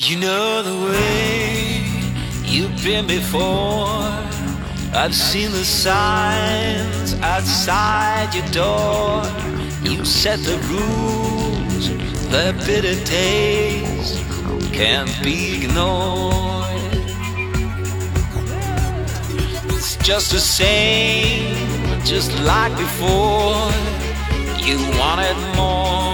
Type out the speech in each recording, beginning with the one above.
You know the way you've been before. I've seen the signs outside your door. You set the rules, the bitter taste can't be ignored. It's just the same, just like before. You wanted more.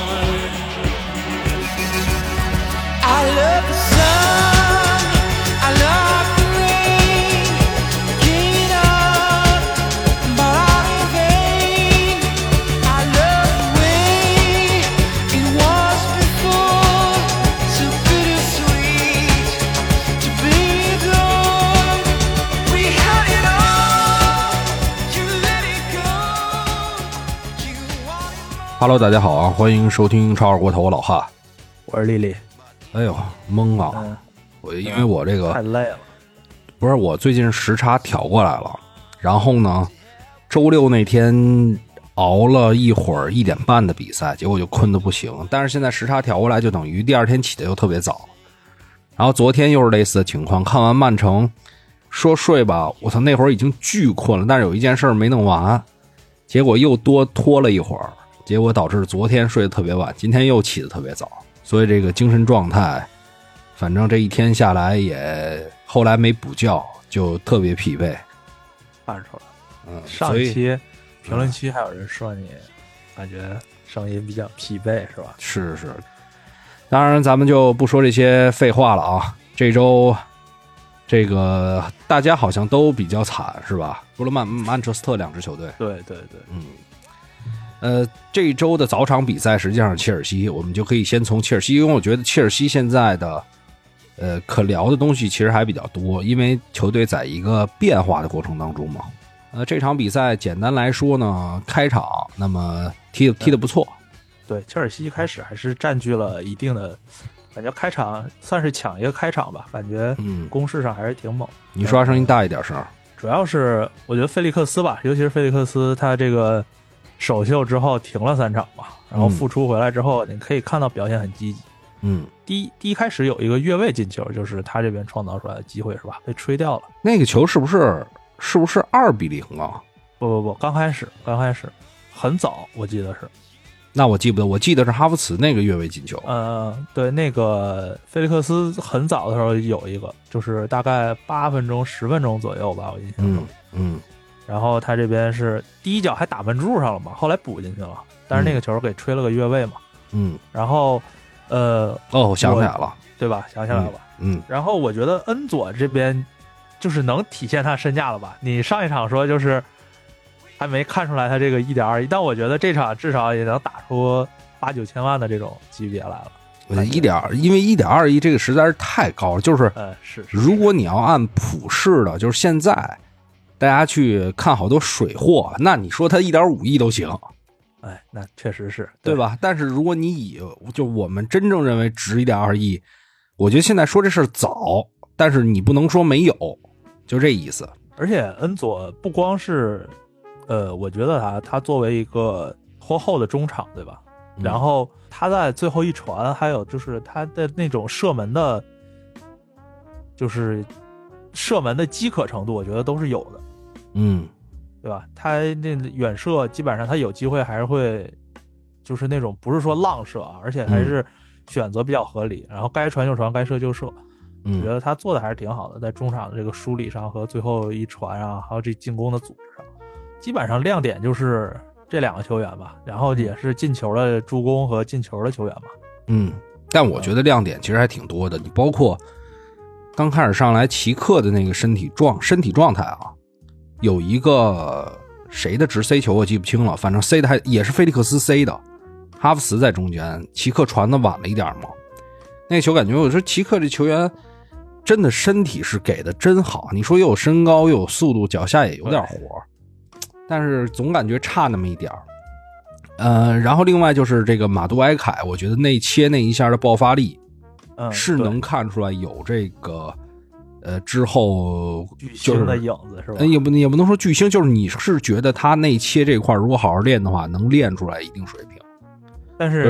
I love the sun, I love the rain. Get up, but not in vain. I love the way it was before. So bittersweet to be ignored. We had it all, you let it go. You wanted more. Hello， 大家好啊，欢迎收听超二锅头，我老哈。 我是丽丽。 哎呦，懵啊！因为我这个太累了， 不是我最近时差调过来了，然后呢，周六那天熬了一会儿1点半的比赛，结果就困得不行。但是现在时差调过来，就等于第二天起的又特别早。然后昨天又是类似的情况，看完曼城说睡吧，我操，那会儿已经巨困了，但是有一件事没弄完，结果又多拖了一会儿，结果导致昨天睡得特别晚，今天又起得特别早。所以这个精神状态，反正这一天下来也后来没补觉，就特别疲惫。 看出来。上一期评论区还有人说你感觉声音比较疲惫，是吧？ 是。当然咱们就不说这些废话了啊。这周这个大家好像都比较惨，是吧？除了曼彻斯特两支球队。 对。 这一周的早场比赛实际上是切尔西，我们就可以先从切尔西，因为我觉得切尔西现在的可聊的东西其实还比较多，因为球队在一个变化的过程当中嘛。这场比赛简单来说呢，开场那么踢得不错。 对，切尔西一开始还是占据了一定的，感觉开场算是抢一个开场吧，感觉攻势上还是挺猛。 你说话声音大一点声。 主要是我觉得菲利克斯吧，尤其是菲利克斯他这个首秀之后停了3场嘛，然后复出回来之后，你可以看到表现很积极。第一开始有一个越位进球，就是他这边创造出来的机会是吧？被吹掉了。 那个球是不是2-0啊？ 不，刚开始很早，我记得是。 那我记不得，我记得是哈弗茨那个越位进球。 对，那个菲利克斯很早的时候有一个，就是大概8分钟、10分钟左右吧，我印象中。然后他这边是第一脚还打门柱上了嘛，后来补进去了，但是那个球给吹了个越位嘛。然后我想起来了， 对吧？想起来了吧？然后我觉得恩佐这边就是能体现他身价了吧？你上一场说就是还没看出来他这个1.21，但我觉得这场至少也能打出8-9千万的这种级别来了。 因为1.21这个实在是太高了，就是如果你要按普世的，就是现在大家去看好多水货，那你说他1.5亿都行。 那确实是对吧？但是如果你以就我们真正认为值1.2亿，我觉得现在说这事早，但是你不能说没有，就这意思。 而且恩佐不光是我觉得他作为一个拖后的中场，对吧？然后他在最后一传，还有就是他的那种射门的，就是射门的饥渴程度，我觉得都是有的。对吧？他那远射基本上他有机会还是会，就是那种不是说浪射啊，而且还是选择比较合理，然后该传就传，该射就射。我觉得他做的还是挺好的，在中场的这个梳理上和最后一传啊，还有这进攻的组织上，基本上亮点就是这2个球员吧，然后也是进球的助攻和进球的球员嘛。 但我觉得亮点其实还挺多的，你包括刚开始上来齐克的那个身体状态啊。有一个谁的直 C 球我记不清了，反正 C 的也是菲利克斯 C 的，哈弗茨在中间，齐克传的晚了一点嘛。那个球感觉我说齐克这球员真的身体是给的真好，你说又有身高又有速度，脚下也有点活，但是总感觉差那么一点。然后另外就是这个马杜埃凯，我觉得内切那一下的爆发力，是能看出来有这个之后巨星的影子是吧？ 也不能说巨星，就是你是觉得他内切这块如果好好练的话，能练出来一定水平。 但是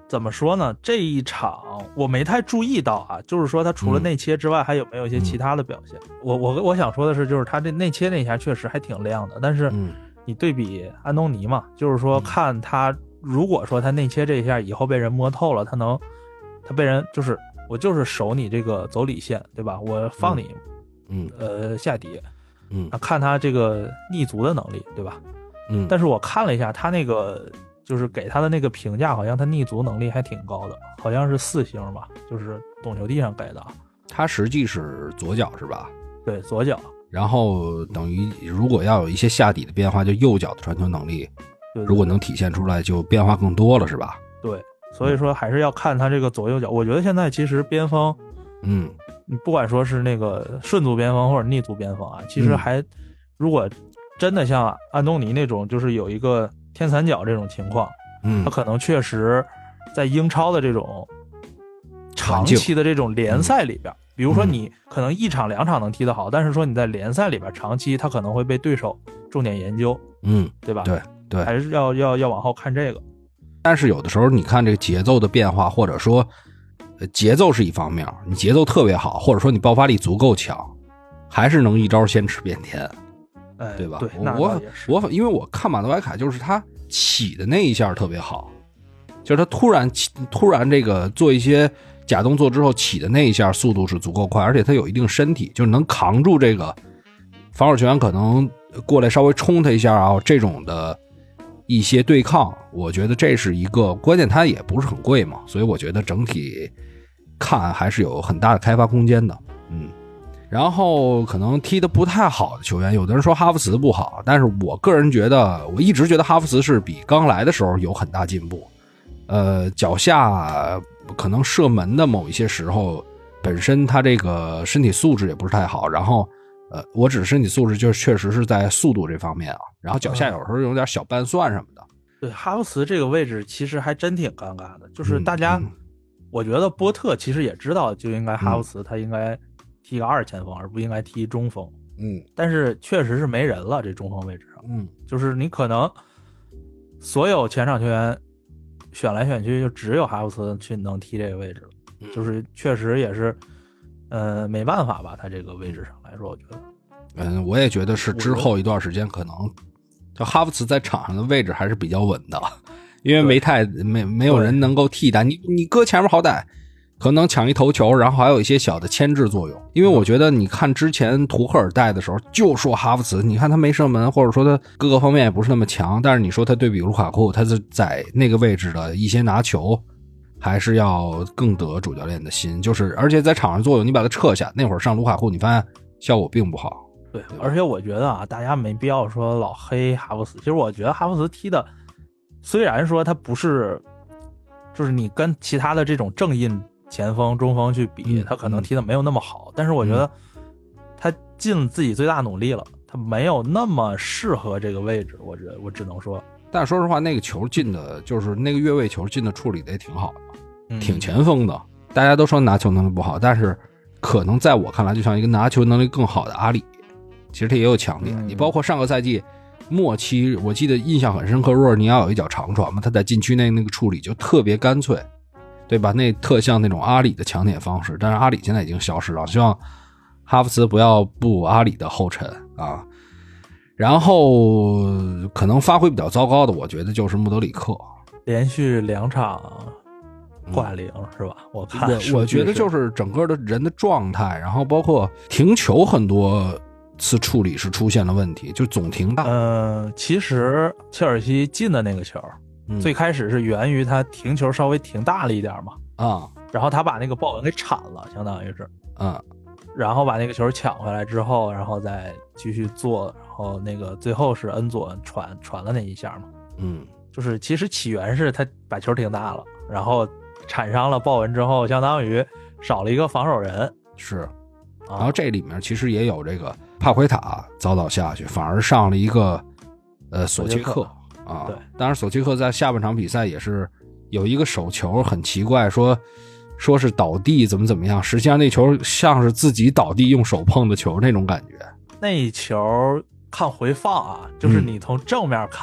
怎么说呢？这一场我没太注意到啊，就是说他除了内切之外，还有没有一些其他的表现？我想说的是，就是他这内切那一下确实还挺亮的，但是你对比安东尼嘛，就是说看他如果说他内切这一下以后被人摸透了，他被人就是我就是守你这个走里线，对吧？我放你下底，看他这个逆足的能力，对吧？但是我看了一下他那个。就是给他的那个评价，好像他逆足能力还挺高的，好像是4星吧，就是懂球帝上给的。 他实际是左脚是吧？ 对，左脚。 然后等于如果要有一些下底的变化，就右脚的传球能力， 对， 如果能体现出来，就变化更多了，是吧？ 对，所以说还是要看他这个左右脚。我觉得现在其实边锋，你不管说是那个顺足边锋或者逆足边锋啊，其实还如果真的像安东尼那种，就是有一个天三角这种情况，他可能确实在英超的这种长期的这种联赛里边，比如说你可能1场2场能踢得好，但是说你在联赛里边长期，他可能会被对手重点研究，对吧？ 对， 还是要往后看这个。 但是有的时候你看这个节奏的变化，或者说节奏是一方面，你节奏特别好，或者说你爆发力足够强，还是能一招先吃遍天。对吧？ 对， 我因为我看马德怀凯，就是他起的那一下特别好，就是他突然这个做一些假动作之后起的那一下速度是足够快，而且他有一定身体，就是能扛住这个防守球员可能过来稍微冲他一下啊，这种的一些对抗，我觉得这是一个关键，他也不是很贵嘛，所以我觉得整体看还是有很大的开发空间的。然后可能踢得不太好的球员，有的人说哈弗茨不好，但是我个人觉得，我一直觉得哈弗茨是比刚来的时候有很大进步。脚下可能射门的某一些时候，本身他这个身体素质也不是太好，然后我指身体素质就是确实是在速度这方面啊，然后脚下有时候有点小半蒜什么的。 对，哈弗茨这个位置其实还真挺尴尬的，就是大家，我觉得波特其实也知道，就应该哈弗茨他应该踢个2前锋，而不应该踢中锋。但是确实是没人了，这中锋位置上。就是你可能所有前场球员选来选去，就只有哈弗茨去能踢这个位置了。就是确实也是，没办法吧，他这个位置上来说，我觉得。 我也觉得是之后一段时间可能，就哈弗茨在场上的位置还是比较稳的，因为没有人能够替代你搁前面好歹。可能抢一头球，然后还有一些小的牵制作用。因为我觉得你看之前图赫尔带的时候，就说哈弗茨，你看他没射门，或者说他各个方面也不是那么强，但是你说他对比卢卡库，他是在那个位置的一些拿球，还是要更得主教练的心。就是而且在场上作用，你把他撤下，那会儿上卢卡库，你发现效果并不好。 对，而且我觉得啊，大家没必要说老黑哈弗茨。其实我觉得哈弗茨踢的，虽然说他不是，就是你跟其他的这种正印前锋中锋去比，他可能踢的没有那么好，但是我觉得他尽自己最大努力了，他没有那么适合这个位置，我觉得我只能说。 但说实话，那个球进的，就是那个越位球进的处理的也挺好的，挺前锋的。大家都说拿球能力不好，但是可能在我看来，就像一个拿球能力更好的阿里，其实他也有强点。你包括上个赛季末期，我记得印象很深刻，若尔尼奥有一脚长传嘛，他在禁区内那个处理就特别干脆。对吧？那特像那种阿里的抢点方式，但是阿里现在已经消失了。希望哈弗茨不要步阿里的后尘啊。然后可能发挥比较糟糕的，我觉得就是穆德里克， 连续2场挂0是吧？ 我觉得就是整个的人的状态，然后包括停球很多次处理是出现了问题，就总停大。 其实切尔西进的那个球。最开始是源于他停球稍微停大了一点嘛，然后他把那个鲍文给铲了，相当于是，然后把那个球抢回来之后，然后再继续做，然后那个最后是恩佐传了那一下嘛，就是其实起源是他把球停大了，然后铲伤了鲍文之后，相当于少了一个防守人， 是，然后这里面其实也有这个帕奎塔遭到下去，反而上了一个索切克。 对， 当然索契克在下半场比赛也是有一个手球很奇怪，说是倒地怎么样，实际上那球像是自己倒地用手碰的球那种感觉。 那一球看回放啊，就是你从正面看，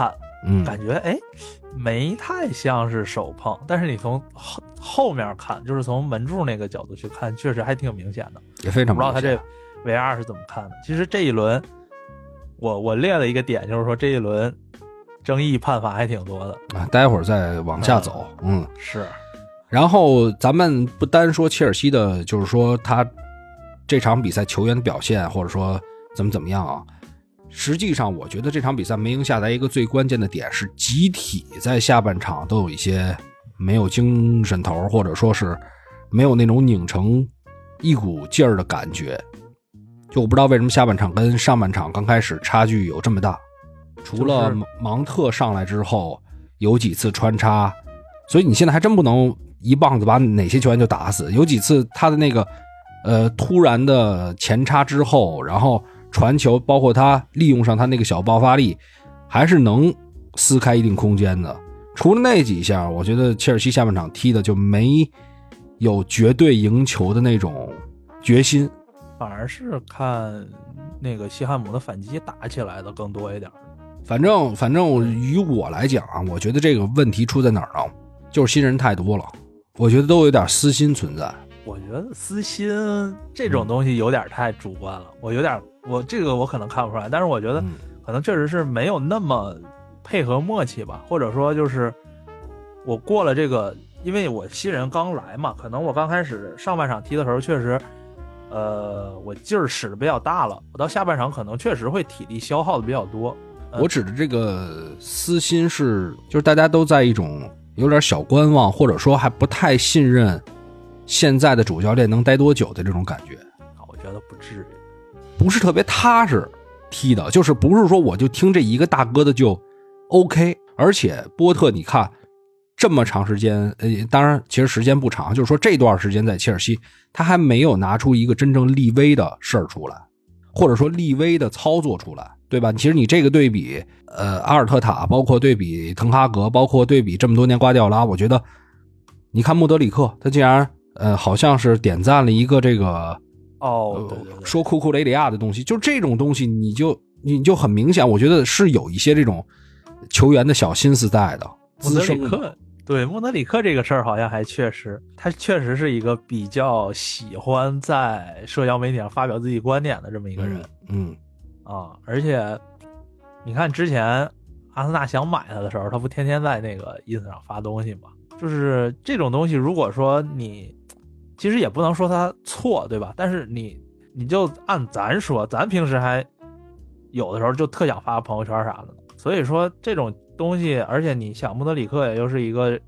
感觉没太像是手碰，但是你从后面看，就是从门柱那个角度去看，确实还挺明显的， 也非常明显。 不知道他这 VR 是怎么看的。其实这一轮我列了一个点，就是说这一轮争议判罚还挺多的啊，待会儿再往下走。 是。 然后咱们不单说切尔西的，就是说他这场比赛球员的表现，或者说怎么样啊，实际上我觉得这场比赛没赢下来一个最关键的点是集体在下半场都有一些没有精神头，或者说是没有那种拧成一股劲儿的感觉。就我不知道为什么下半场跟上半场刚开始差距有这么大，除了芒特上来之后有几次穿插，所以你现在还真不能一棒子把哪些球员就打死。有几次他的那个突然的前插之后，然后传球，包括他利用上他那个小爆发力，还是能撕开一定空间的。除了那几下，我觉得切尔西下半场踢的就没有绝对赢球的那种决心， 反而是看那个西汉姆的反击打起来的更多一点。 反正于我来讲啊，我觉得这个问题出在哪儿呢？就是新人太多了，我觉得都有点私心存在。 我觉得私心这种东西有点太主观了，我这个我可能看不出来，但是我觉得可能确实是没有那么配合默契吧，或者说就是我过了这个，因为我新人刚来嘛，可能我刚开始上半场踢的时候确实我劲儿使的比较大了，我到下半场可能确实会体力消耗的比较多。 我指的这个私心是就是大家都在一种有点小观望，或者说还不太信任现在的主教练能待多久的这种感觉。 我觉得不至于， 不是特别踏实踢的，就是不是说我就听这一个大哥的就 OK。 而且波特你看这么长时间，当然其实时间不长，就是说这段时间在切尔西他还没有拿出一个真正立威的事儿出来，或者说立威的操作出来，对吧？其实你这个对比阿尔特塔，包括对比滕哈格，包括对比这么多年瓜迪奥拉，我觉得你看穆德里克他竟然好像是点赞了一个这个对， 说库库雷里亚的东西，就这种东西你就很明显，我觉得是有一些这种球员的小心思在的。 穆德里克，对，穆德里克这个事儿好像还确实，他确实是一个比较喜欢在社交媒体上发表自己观点的这么一个人。而且你看之前阿森纳想买他的时候，他不天天在那个 ins 上发东西吗？就是这种东西，如果说你其实也不能说他错，对吧？但是你就按咱说，咱平时还有的时候就特想发朋友圈啥的，所以说这种东西，而且你想穆德里克也就是一个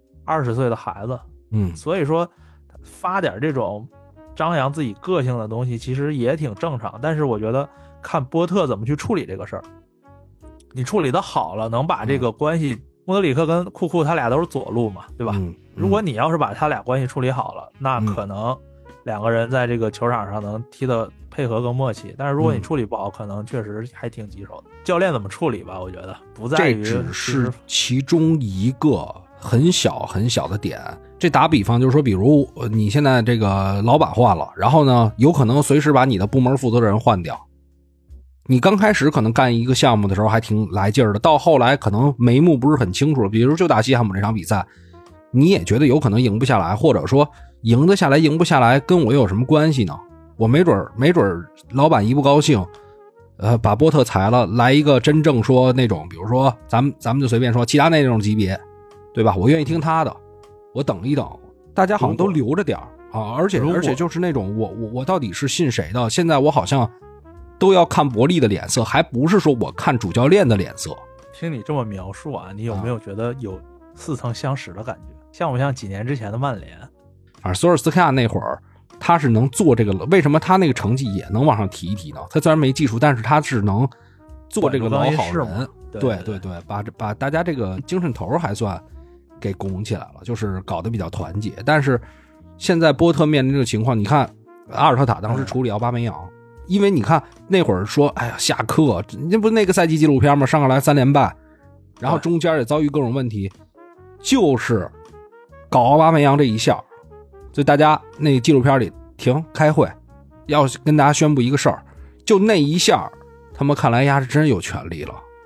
20岁的孩子，所以说发点这种张扬自己个性的东西其实也挺正常。但是我觉得看波特怎么去处理这个事儿，你处理的好了，能把这个关系，穆德里克跟库库他俩都是左路嘛，对吧？如果你要是把他俩关系处理好了，那可能两个人在这个球场上能踢得配合更默契。但是如果你处理不好，可能确实还挺棘手的。教练怎么处理吧，我觉得不在于， 这只是其中一个很小很小的点。这打比方就是说，比如你现在这个老板换了，然后呢有可能随时把你的部门负责人换掉。你刚开始可能干一个项目的时候还挺来劲儿的，到后来可能眉目不是很清楚了，比如就打西汉姆这场比赛，你也觉得有可能赢不下来，或者说赢得下来赢不下来跟我有什么关系呢？我没准老板一不高兴把波特裁了，来一个真正说那种，比如说咱们就随便说齐达内那种级别，对吧？我愿意听他的，我等一等，大家好像都留着点啊。而且就是那种我到底是信谁的？现在我好像都要看伯利的脸色，还不是说我看主教练的脸色。 听你这么描述啊，你有没有觉得有似曾相识的感觉？像不像几年之前的曼联？ 反正索尔斯克亚那会儿他是能做这个，为什么他那个成绩也能往上提一提呢？他虽然没技术，但是他是能做这个老好人。对，把大家这个精神头还算给拱起来了，就是搞得比较团结。但是现在波特面临这个情况，你看阿尔特塔当时处理奥巴梅扬，因为你看那会儿说哎呀下课，那不是那个赛季纪录片吗？上个来3连败，然后中间也遭遇各种问题，就是搞奥巴梅扬这一下，所以大家那纪录片里停开会，要跟大家宣布一个事儿，就那一下他们看莱亚是真有权利了。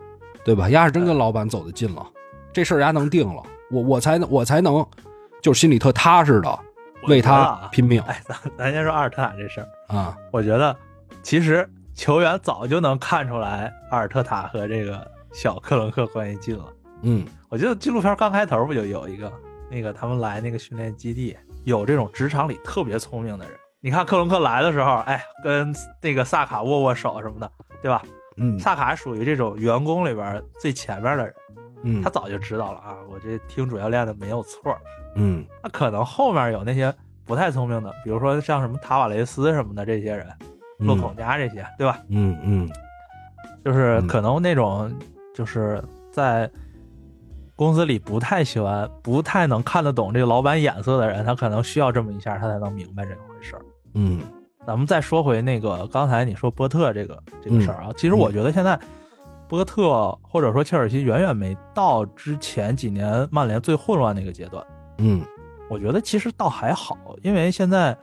对吧？丫是真跟老板走得近了，这事儿丫能定了，我才能就是心里特踏实的为他拼命。 哎，咱先说阿尔特塔这事儿啊， 我觉得其实球员早就能看出来阿尔特塔和这个小克伦克关系近了。我记得纪录片刚开头不就有一个那个他们来那个训练基地，有这种职场里特别聪明的人。你看克伦克来的时候，哎，跟那个萨卡握手什么的，对吧？萨卡属于这种员工里边最前面的人，他早就知道了啊，我这听主教练的没有错。那可能后面有那些不太聪明的，比如说像什么塔瓦雷斯什么的这些人，洛孔加这些，对吧？就是可能那种就是在公司里不太喜欢、不太能看得懂这个老板眼色的人，他可能需要这么一下，他才能明白这回事儿。咱们再说回那个刚才你说波特这个事儿啊，其实我觉得现在波特或者说切尔西远远没到之前几年曼联最混乱那个阶段。我觉得其实倒还好，因为现在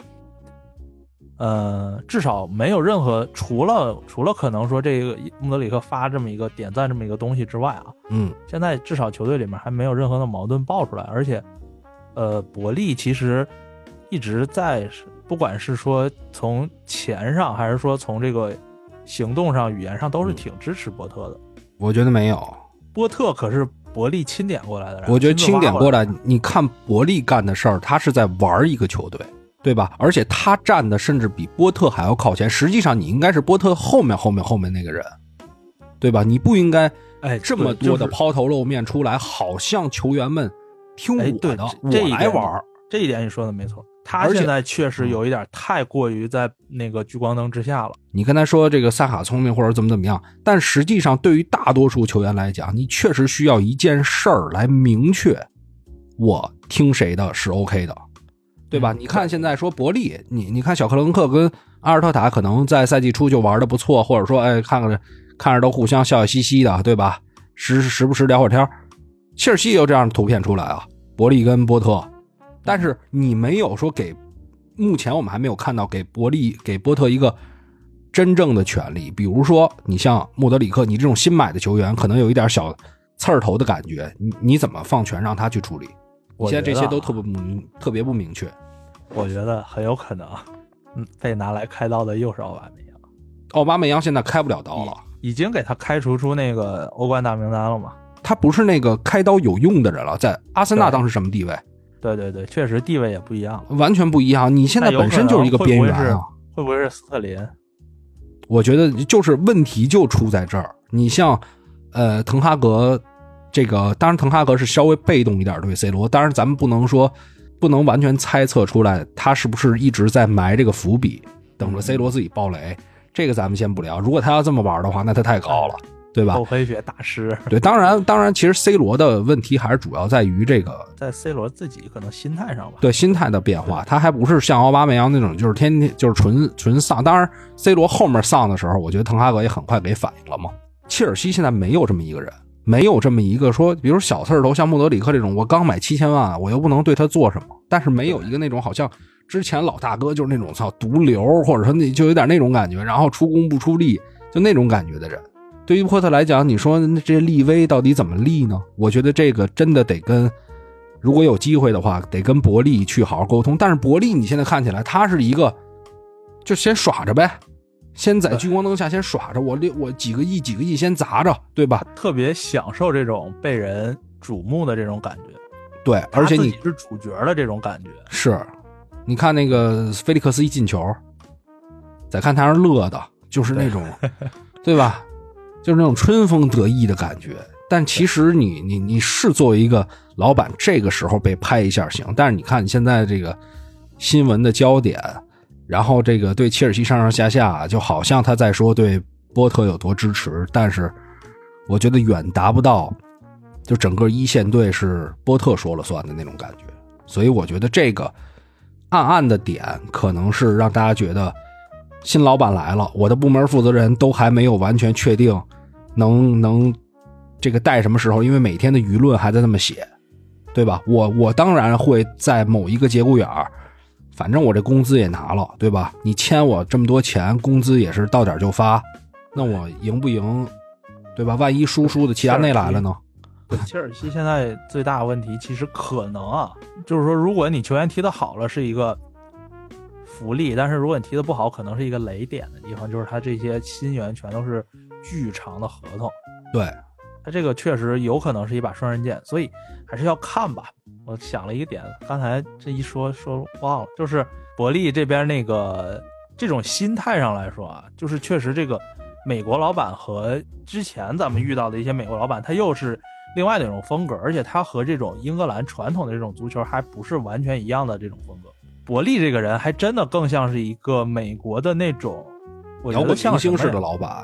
至少没有任何除了可能说这个穆德里克发这么一个点赞这么一个东西之外啊，现在至少球队里面还没有任何的矛盾爆出来，而且伯利其实一直在，不管是说从钱上还是说从这个行动上语言上都是挺支持波特的。 我觉得没有， 波特可是伯利钦点过来的人。 我觉得钦点过来，你看伯利干的事儿，他是在玩一个球队，对吧？而且他站的甚至比波特还要靠前，实际上你应该是波特后面那个人，对吧？你不应该这么多的抛头露面出来，好像球员们听我的，我来玩。 这一点你说的没错，他现在确实有一点太过于在那个聚光灯之下了。 你跟他说这个萨卡聪明或者怎么样，但实际上对于大多数球员来讲，你确实需要一件事儿来明确我听谁的是 OK 的，对吧？你看现在说伯利，你看小克伦克跟阿尔特塔可能在赛季初就玩得不错，或者说看着都互相笑笑嘻嘻的，对吧？时不时聊会儿天。切尔西也有这样的图片出来啊，伯利跟波特。但是你没有说目前我们还没有看到给波特一个真正的权利，比如说你像穆德里克，你这种新买的球员可能有一点小刺儿头的感觉，你怎么放权让他去处理？现在这些都特别不明确。 我觉得很有可能被拿来开刀的又是奥巴梅扬。 奥巴梅扬现在开不了刀了， 已经给他开除出那个欧冠大名单了嘛？ 他不是那个开刀有用的人了，在阿森纳当时什么地位？ 对，确实地位也不一样， 完全不一样。你现在本身就是一个边缘啊， 会不会是斯特林？ 我觉得就是问题就出在这儿。你像滕哈格这个，当然滕哈格是稍微被动一点对 C 罗，当然咱们不能完全猜测出来他是不是一直在埋这个伏笔，等着 C 罗自己爆雷，这个咱们先不聊。如果他要这么玩的话，那他太高了。对吧？ 后黑学大师。 对，当然，其实 C 罗的问题还是主要在于这个， 在 C 罗自己可能心态上吧。 对，心态的变化，他还不是像奥巴梅扬那种，就是天天就是纯丧。当然 ，C 罗后面丧的时候，我觉得滕哈格也很快给反应了嘛。切尔西现在没有这么一个人，没有这么一个说，比如小刺头像穆德里克这种，我刚买7000万，我又不能对他做什么，但是没有一个那种好像之前老大哥就是那种毒瘤，或者说那就有点那种感觉，然后出工不出力，就那种感觉的人。对于波特来讲，你说这立威到底怎么立呢？我觉得这个真的得如果有机会的话，得跟伯利去好好沟通。但是伯利你现在看起来他是一个就先耍着呗，先在聚光灯下先耍着，我几个亿先砸着，对吧？ 特别享受这种被人瞩目的这种感觉。 对，而且你是主角的这种感觉。 是，你看那个菲利克斯一进球，再看他是乐的，就是那种 对吧？就是那种春风得意的感觉。但其实你是作为一个老板，这个时候被拍一下行，但是你看你现在这个新闻的焦点，然后这个对切尔西上上下下，就好像他在说对波特有多支持，但是我觉得远达不到就整个一线队是波特说了算的那种感觉。所以我觉得这个暗暗的点可能是让大家觉得新老板来了，我的部门负责人都还没有完全确定能这个带什么时候，因为每天的舆论还在那么写，对吧？我当然会在某一个节骨眼儿，反正我这工资也拿了，对吧？你签我这么多钱，工资也是到点就发，那我赢不赢对吧？万一输的齐达内来了呢？ 对，切尔西现在最大的问题其实可能啊，就是说如果你球员踢得好了是一个福利，但是如果你踢得不好可能是一个雷点的地方，就是他这些新援全都是巨长的合同。 对， 他这个确实有可能是一把双刃剑，所以还是要看吧。我想了一个点，刚才这一说忘了，就是伯利这边那个这种心态上来说啊，就是确实这个美国老板和之前咱们遇到的一些美国老板他又是另外的一种风格，而且他和这种英格兰传统的这种足球还不是完全一样的这种风格。伯利这个人还真的更像是一个美国的那种，我觉得像明星式的老板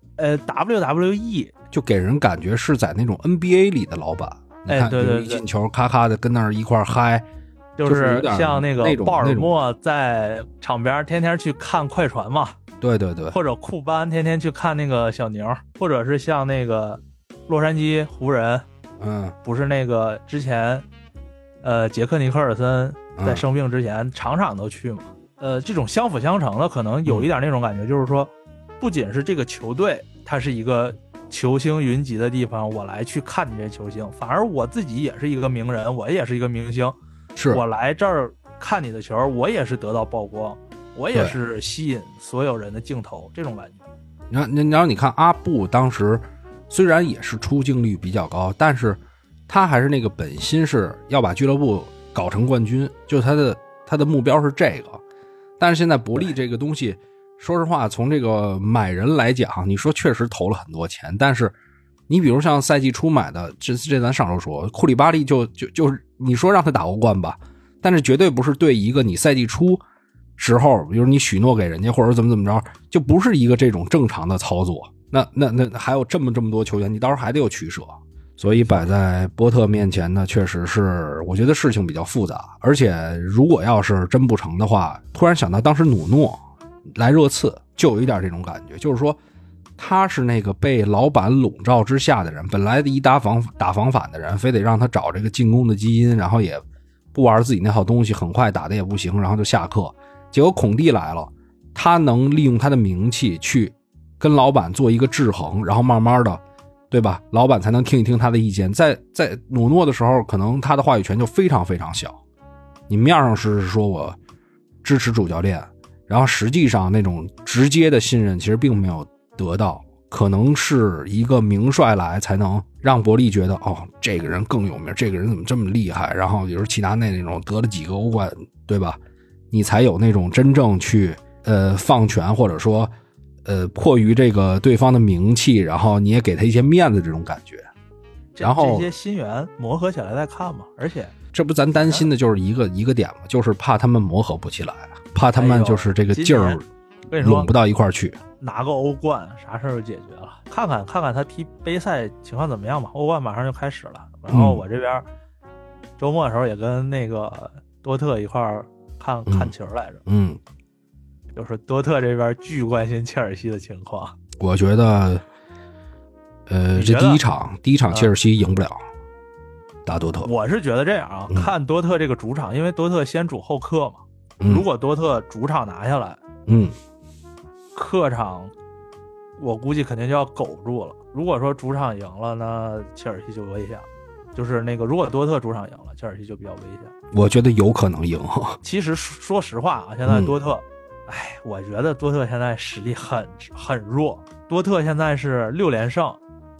，WWE 就给人感觉是在那种 NBA 里的老板。你看， 对， 一进球咔咔的跟那儿一块嗨， 就是像那个鲍尔默在场边天天去看快船嘛， 对， 或者库班天天去看那个小牛，或者是像那个洛杉矶湖人，不是那个之前杰克尼克尔森在生病之前场场都去嘛，这种相辅相成的，可能有一点那种感觉，就是说不仅是这个球队它是一个球星云集的地方，我来去看你这球星，反而我自己也是一个名人，我也是一个明星， 是我来这儿看你的球，我也是得到曝光，我也是吸引所有人的镜头，这种感觉。 然后你看阿布当时虽然也是出镜率比较高，但是他还是那个本心是要把俱乐部搞成冠军，就是他的目标是这个。但是现在伯利这个东西，说实话，从这个买人来讲，你说确实投了很多钱，但是你比如像赛季初买的，这咱上周说库里巴利就是你说让他打欧冠吧，但是绝对不是对一个你赛季初时候，比如你许诺给人家或者怎么着，就不是一个这种正常的操作。那还有这么多球员，你到时候还得有取舍。所以摆在波特面前呢，确实是我觉得事情比较复杂，而且如果要是真不成的话，突然想到当时努诺来热刺就有一点这种感觉，就是说他是那个被老板笼罩之下的人，本来一打防反的人，非得让他找这个进攻的基因，然后也不玩自己那套东西，很快打的也不行，然后就下课。结果孔蒂来了，他能利用他的名气去跟老板做一个制衡，然后慢慢的，对吧？老板才能听一听他的意见。在努诺的时候，可能他的话语权就非常非常小。你面上是说我支持主教练，然后实际上那种直接的信任其实并没有得到，可能是一个名帅来才能让伯利觉得哦，这个人更有名，这个人怎么这么厉害，然后比如齐达内那种得了几个欧冠，对吧？你才有那种真正去放权，或者说迫于这个对方的名气，然后你也给他一些面子这种感觉。然后这些新援磨合起来再看嘛，而且这不咱担心的就是一个点嘛，就是怕他们磨合不起来，怕他们就是这个劲儿拢不到一块儿去。 拿个欧冠啥事儿就解决了，看看他踢杯赛情况怎么样吧。欧冠马上就开始了，然后我这边周末的时候也跟那个多特一块儿看球来着。就是多特这边巨关心切尔西的情况。 我觉得这第一场切尔西赢不了打多特。 我是觉得这样啊，看多特这个主场，因为多特先主后客嘛。如果多特主场拿下来，客场我估计肯定就要苟住了。如果说主场赢了，那切尔西就危险了。就是那个，如果多特主场赢了，切尔西就比较危险。 我觉得有可能赢。 其实说实话啊，现在多特，我觉得多特现在实力很弱。多特现在是6连胜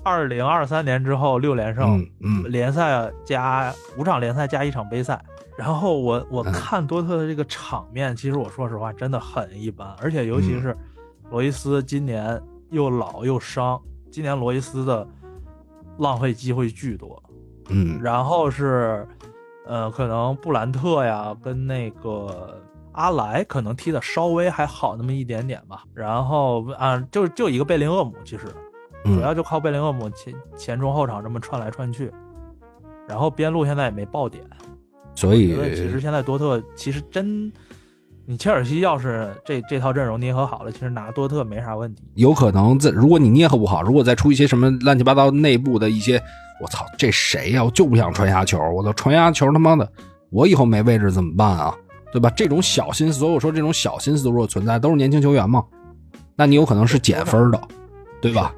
，2023年之后6连胜，联赛加5场联赛加1场杯赛。然后我看多特的这个场面，其实我说实话真的很一般，而且尤其是罗伊斯今年又老又伤，今年罗伊斯的浪费机会巨多。然后是可能布兰特呀跟那个阿莱可能踢的稍微还好那么一点点吧。然后就一个贝林厄姆，其实主要就靠贝林厄姆前中后场这么串来串去，然后边路现在也没爆点。 所以其实现在多特其实你切尔西要是这套阵容捏合好了，其实拿多特没啥问题。 有可能如果你捏合不好，如果再出一些什么乱七八糟内部的一些，我操，这谁呀？我就不想传下球，我都传下球，他妈的，我以后没位置怎么办啊？对吧？这种小心思，所以我说这种小心思如果存在，都是年轻球员嘛，那你有可能是减分的，对吧？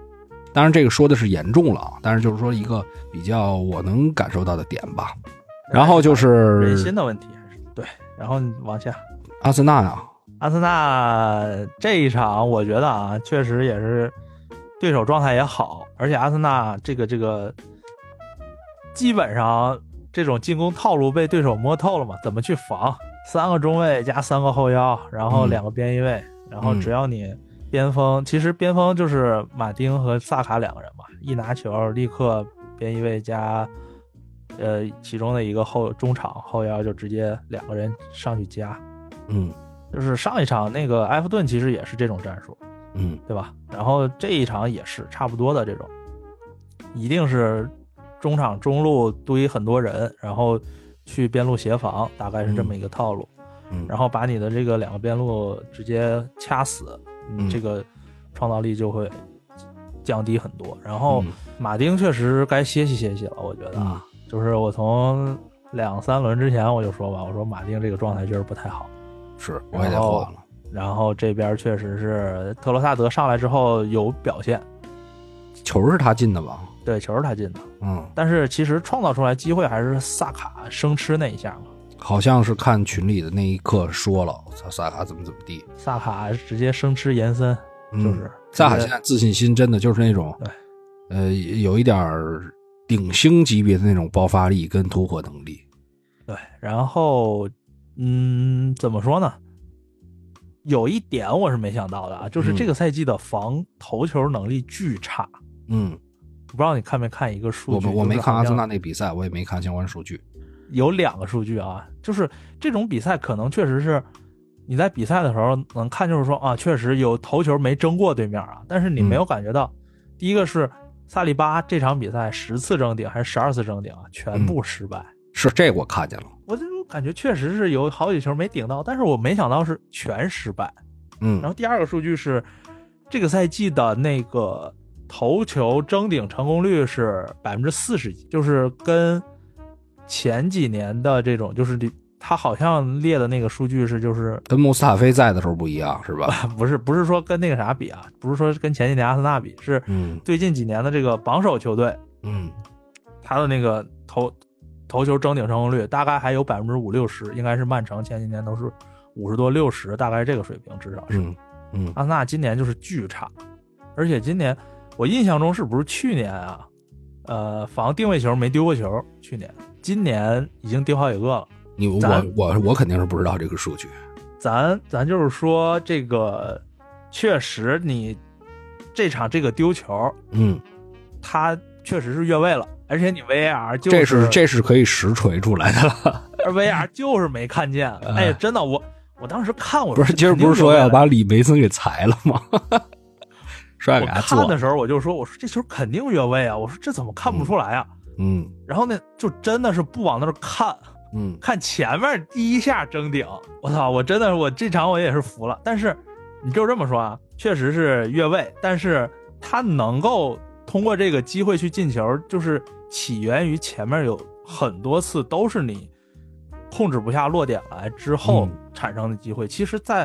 当然这个说的是严重了啊，但是就是说一个比较我能感受到的点吧。然后就是人心的问题，还是对。然后往下， 阿森纳呀， 阿森纳这一场我觉得啊，确实也是对手状态也好，而且阿森纳这个基本上这种进攻套路被对手摸透了嘛，怎么去防，3个中卫加3个后腰，然后2个边翼位，然后只要你边锋，其实边锋就是马丁和萨卡2个人嘛，一拿球立刻边翼位加其中的一个中场后腰就直接2个人上去加，就是上一场那个埃弗顿其实也是这种战术，对吧？然后这一场也是差不多的这种，一定是中场中路堆很多人，然后去边路协防，大概是这么一个套路，然后把你的这个2个边路直接掐死，这个创造力就会降低很多。然后马丁确实该歇息歇息了，我觉得啊，就是我从2-3轮之前我就说吧，我说马丁这个状态确实不太好， 是我也得换了。 然后这边确实是特罗萨德上来之后有表现， 球是他进的吧？ 对，球是他进的，但是其实创造出来机会还是萨卡生吃那一下嘛。 好像是看群里的那一刻说了，萨卡怎么地， 萨卡直接生吃延森，就是萨卡现在自信心真的就是那种，有一点顶星级别的那种爆发力跟突破能力。 对，然后怎么说呢？有一点我是没想到的啊，就是这个赛季的防头球能力巨差。不知道你看没看一个数据？ 我没看阿森纳那比赛，我也没看相关数据。 有2个数据啊，就是这种比赛可能确实是你在比赛的时候能看，就是说啊，确实有头球没争过对面啊，但是你没有感觉到。第一个是萨利巴这场比赛10次争顶还是12次争顶啊，全部失败。 是这个我看见了， 我就感觉确实是有好几球没顶到，但是我没想到是全失败。然后第2个数据是这个赛季的那个头球争顶成功率是40%几，就是跟前几年的这种，就是他好像列的那个数据是就是跟穆斯塔菲在的时候不一样是吧？ 不是说跟那个啥比啊，不是说跟前几年阿森纳比，是最近几年的这个榜首球队，他的那个头球争顶成功率大概还有50-60%，应该是曼城前几年都是50多60%，大概这个水平至少是。阿森纳今年就是巨差，而且今年我印象中是不是去年啊，防定位球没丢过球，去年，今年已经丢好几个了。 我肯定是不知道这个数据。 咱就是说这个确实你这场这个丢球，他确实是越位了，而且你 VAR 就是这是可以实锤出来的了， 而 VAR 就是没看见。哎，真的我当时看我不是今儿不是说要把李梅森给裁了吗？说要给他做。 我看的时候我说这球肯定越位啊，我说这怎么看不出来啊？然后呢就真的是不往那儿看。看前面第一下争顶，我操！我真的我这场我也是服了。但是你就这么说啊，确实是越位，但是他能够通过这个机会去进球，就是起源于前面有很多次都是你控制不下落点来之后产生的机会。其实在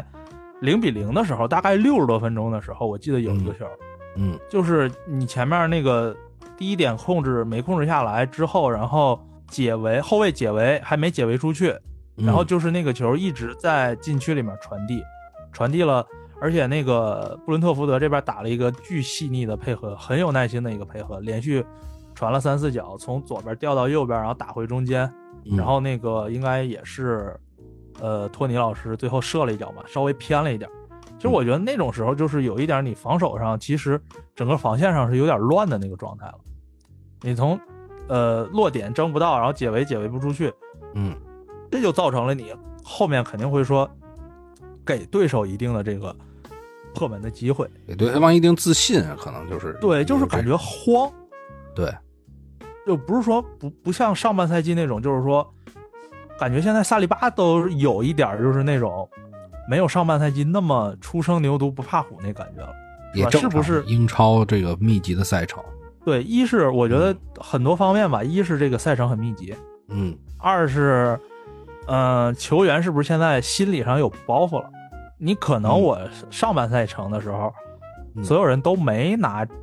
0-0的时候，大概60多分钟的时候，我记得有一个球，就是你前面那个第一点没控制下来之后，然后后卫解围还没解围出去，然后就是那个球一直在禁区里面传递了，而且那个布伦特福德这边打了一个巨细腻的配合，很有耐心的一个配合，连续传了3-4脚，从左边调到右边，然后打回中间，然后那个应该也是托尼老师最后射了一脚嘛，稍微偏了一点。其实我觉得那种时候就是有一点你防守上其实整个防线上是有点乱的那个状态了，你从落点争不到，然后解围不出去，这就造成了你后面肯定会说给对手一定的这个破门的机会， 给对方一定自信，可能就是对，就是感觉慌， 对， 就不是说不像上半赛季那种，就是说感觉现在萨利巴都有一点就是那种没有上半赛季那么初生牛犊不怕虎那感觉了， 也正常，是不是英超这个密集的赛程？ 对，一是我觉得很多方面吧，一是这个赛程很密集，二是球员是不是现在心理上有包袱了？你可能我上半赛程的时候，所有人都没拿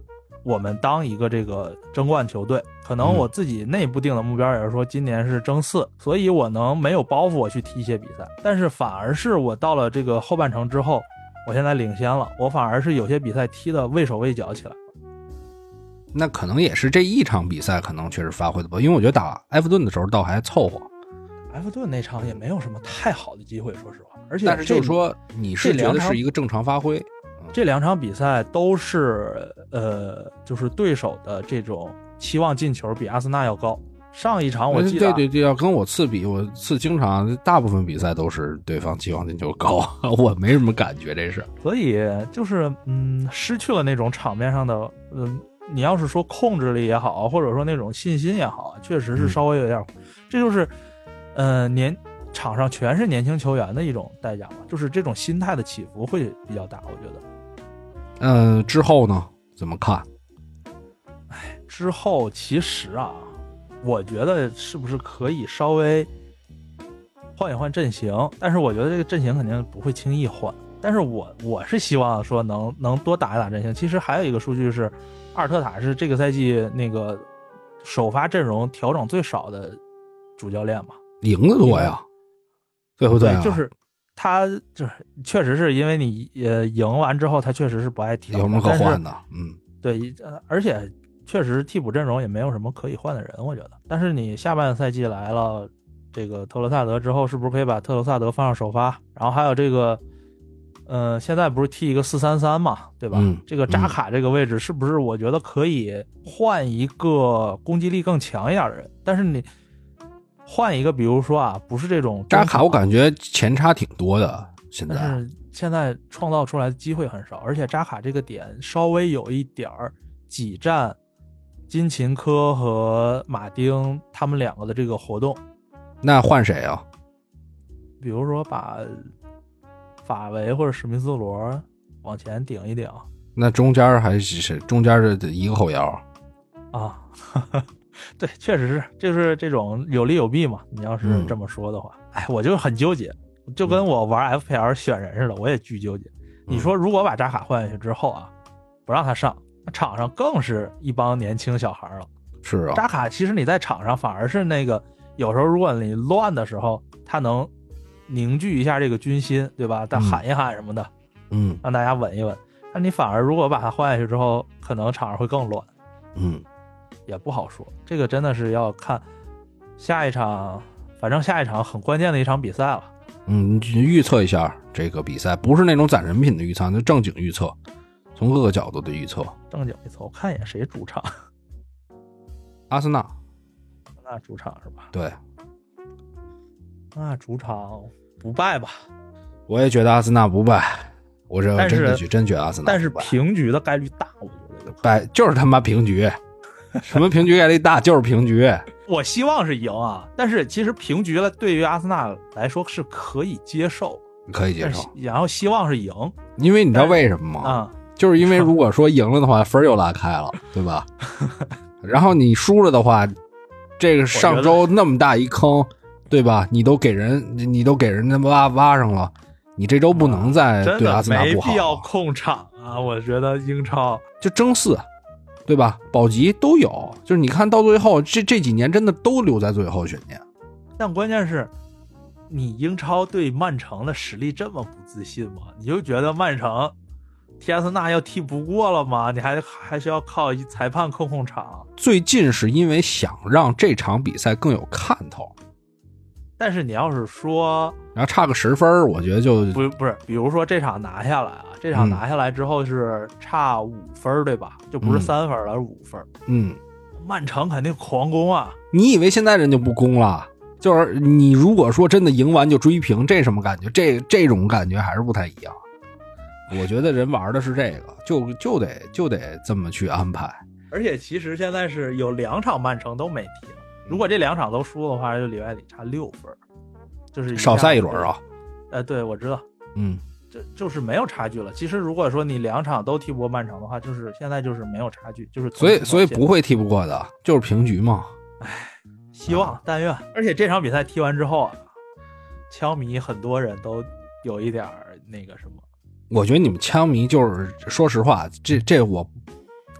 我们当一个这个争冠球队，可能我自己内部定的目标也是说今年是争4，所以我能没有包袱我去踢一些比赛，但是反而是我到了这个后半程之后，我现在领先了，我反而是有些比赛踢得畏手畏脚起来。 那可能也是这一场比赛可能确实发挥的不好，因为我觉得打埃弗顿的时候倒还凑合。 埃弗顿那场也没有什么太好的机会，说实话，而且但是就是说你是觉得是一个正常发挥。 这2场比赛都是就是对手的这种期望进球比阿森纳要高。上一场我记得对，要跟我次比，我次经常大部分比赛都是对方期望进球高，我没什么感觉这是。 所以就是失去了那种场面上的你要是说控制力也好，或者说那种信心也好，确实是稍微有点这就是场上全是年轻球员的一种代价嘛，就是这种心态的起伏会比较大，我觉得。之后呢怎么看？ 之后其实啊，我觉得是不是可以稍微换一换阵型，但是我觉得这个阵型肯定不会轻易换，但是我是希望说能多打一打阵型。其实还有一个数据是阿尔特塔是这个赛季那个首发阵容调整最少的主教练嘛， 赢得多呀，对不对啊？ 就是他就是确实是因为你赢完之后他确实是不爱踢， 有什么可换的？ 对，而且确实替补阵容也没有什么可以换的人，我觉得。但是你下半赛季来了这个特罗萨德之后，是不是可以把特罗萨德放上首发？然后还有这个现在不是踢一个4-3-3嘛，对吧？这个扎卡这个位置是不是我觉得可以换一个攻击力更强一点的人？但是你换一个比如说啊，不是这种扎卡，我感觉前差挺多的， 但是现在创造出来的机会很少，而且扎卡这个点稍微有一点挤占金琴科和马丁他们2个的这个活动。 那换谁啊？ 比如说把法维或者史密斯罗往前顶一顶。 那中间还是中间的一个后腰啊？对，确实是，就是这种有利有弊嘛。你要是这么说的话，我就很纠结，就跟我玩 FPL 选人似的，我也巨纠结。你说如果把扎卡换下去之后啊，不让他上，场上更是一帮年轻小孩了。 是啊， 扎卡其实你在场上反而是那个有时候如果你乱的时候，他能凝聚一下这个军心，对吧？他喊一喊什么的，让大家稳一稳。那你反而如果把他换下去之后，可能场上会更乱。也不好说，这个真的是要看下一场，反正下一场很关键的一场比赛了。 你预测一下这个比赛，不是那种攒人品的预测，就正经预测，从各个角度的预测。 正经预测，我看一眼谁主场。 阿森纳。 那主场是吧？ 对。 那主场不败吧？ 我也觉得阿森纳不败，我这真觉得阿森纳不败， 但是平局的概率大，我觉得就是他妈平局。什么平局概率大？就是平局。 我希望是赢啊，但是其实平局了对于阿森纳来说是可以接受， 可以接受。 然后希望是赢， 因为你知道为什么吗？就是因为如果说赢了的话，分又拉开了，对吧？然后你输了的话，这个上周那么大一坑，对吧？你都给人那么挖上了，你这周不能再对阿森纳不好。 没必要控场啊！我觉得英超就争4。对吧？保级都有，就是你看到最后这几年真的都留在最后悬念。 但关键是，你英超对曼城的实力这么不自信吗？你就觉得曼城踢阿森纳要踢不过了吗？你还是要靠裁判控场？ 最近是因为想让这场比赛更有看头。 但是你要是说， 然后差个10分，我觉得就不是，比如说这场拿下来啊，这场拿下来之后是差5分，对吧？就不是3分了，而5分。曼城肯定狂攻啊！ 你以为现在人就不攻了？就是你如果说真的赢完就追平，这什么感觉？这种感觉还是不太一样。我觉得人玩的是这个，就得这么去安排。 而且其实现在是有2场曼城都没踢了。如果这2场都输的话，就里外里差6分，就是少赛一轮啊。 对，我知道。就是没有差距了。其实如果说你2场都踢不过曼城的话，就是现在就是没有差距，就是所以不会踢不过的，就是平局嘛。 希望但愿。而且这场比赛踢完之后啊，枪迷很多人都有一点那个什么。 我觉得你们枪迷就是说实话，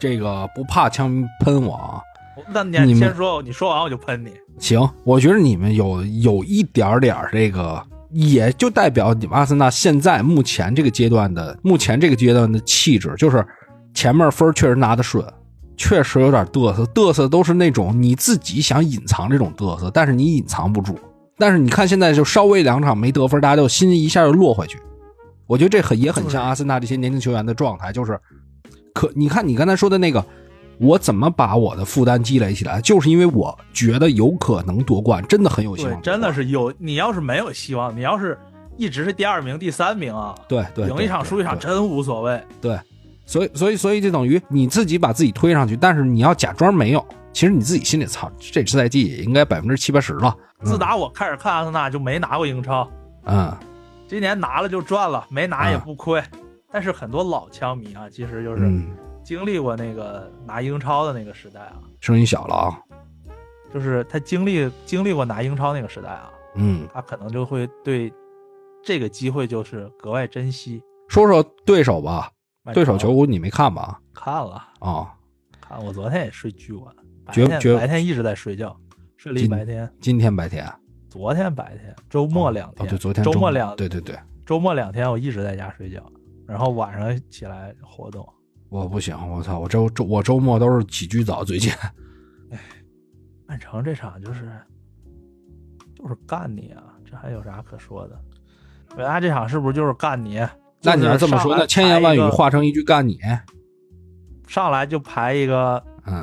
这个不怕枪喷我啊。 那你先说，你说完我就喷你。 行，我觉得你们有一点点这个，也就代表你们阿森纳现在目前这个阶段的气质，就是前面分确实拿得顺，确实有点嘚瑟都是那种你自己想隐藏这种嘚瑟，但是你隐藏不住。但是你看现在就稍微2场没得分，大家就心一下就落回去。我觉得这也很像阿森纳这些年轻球员的状态，就是你看你刚才说的那个，我怎么把我的负担积累起来，就是因为我觉得有可能夺冠，真的很有希望。 对，真的是有。你要是没有希望，你要是一直是第2名、第3名啊， 对， 赢一场输一场真无所谓。 对，所以就等于你自己把自己推上去，但是你要假装没有，其实你自己心里操，这赛季也应该70%-80%了。 自打我开始看阿森纳就没拿过英超，今年拿了就赚了，没拿也不亏。但是很多老枪迷啊，其实就是经历过那个拿英超的那个时代啊。 声音小了啊， 就是他经历过拿英超那个时代啊，他可能就会对这个机会就是格外珍惜。 说说对手吧，对手球你没看吧？ 看了啊， 看我昨天也睡巨晚，白天一直在睡觉，睡了一白天。 今天白天？ 昨天白天，周末2天。 对，昨天周末对， 周末2天我一直在家睡觉，然后晚上起来活动。 我不行，我操，我周末都是起巨早最近。 曼城这场就是干你啊，这还有啥可说的？维拉这场是不是就是干你？ 那你要这么说，那千言万语化成一句干你。 上来就排一个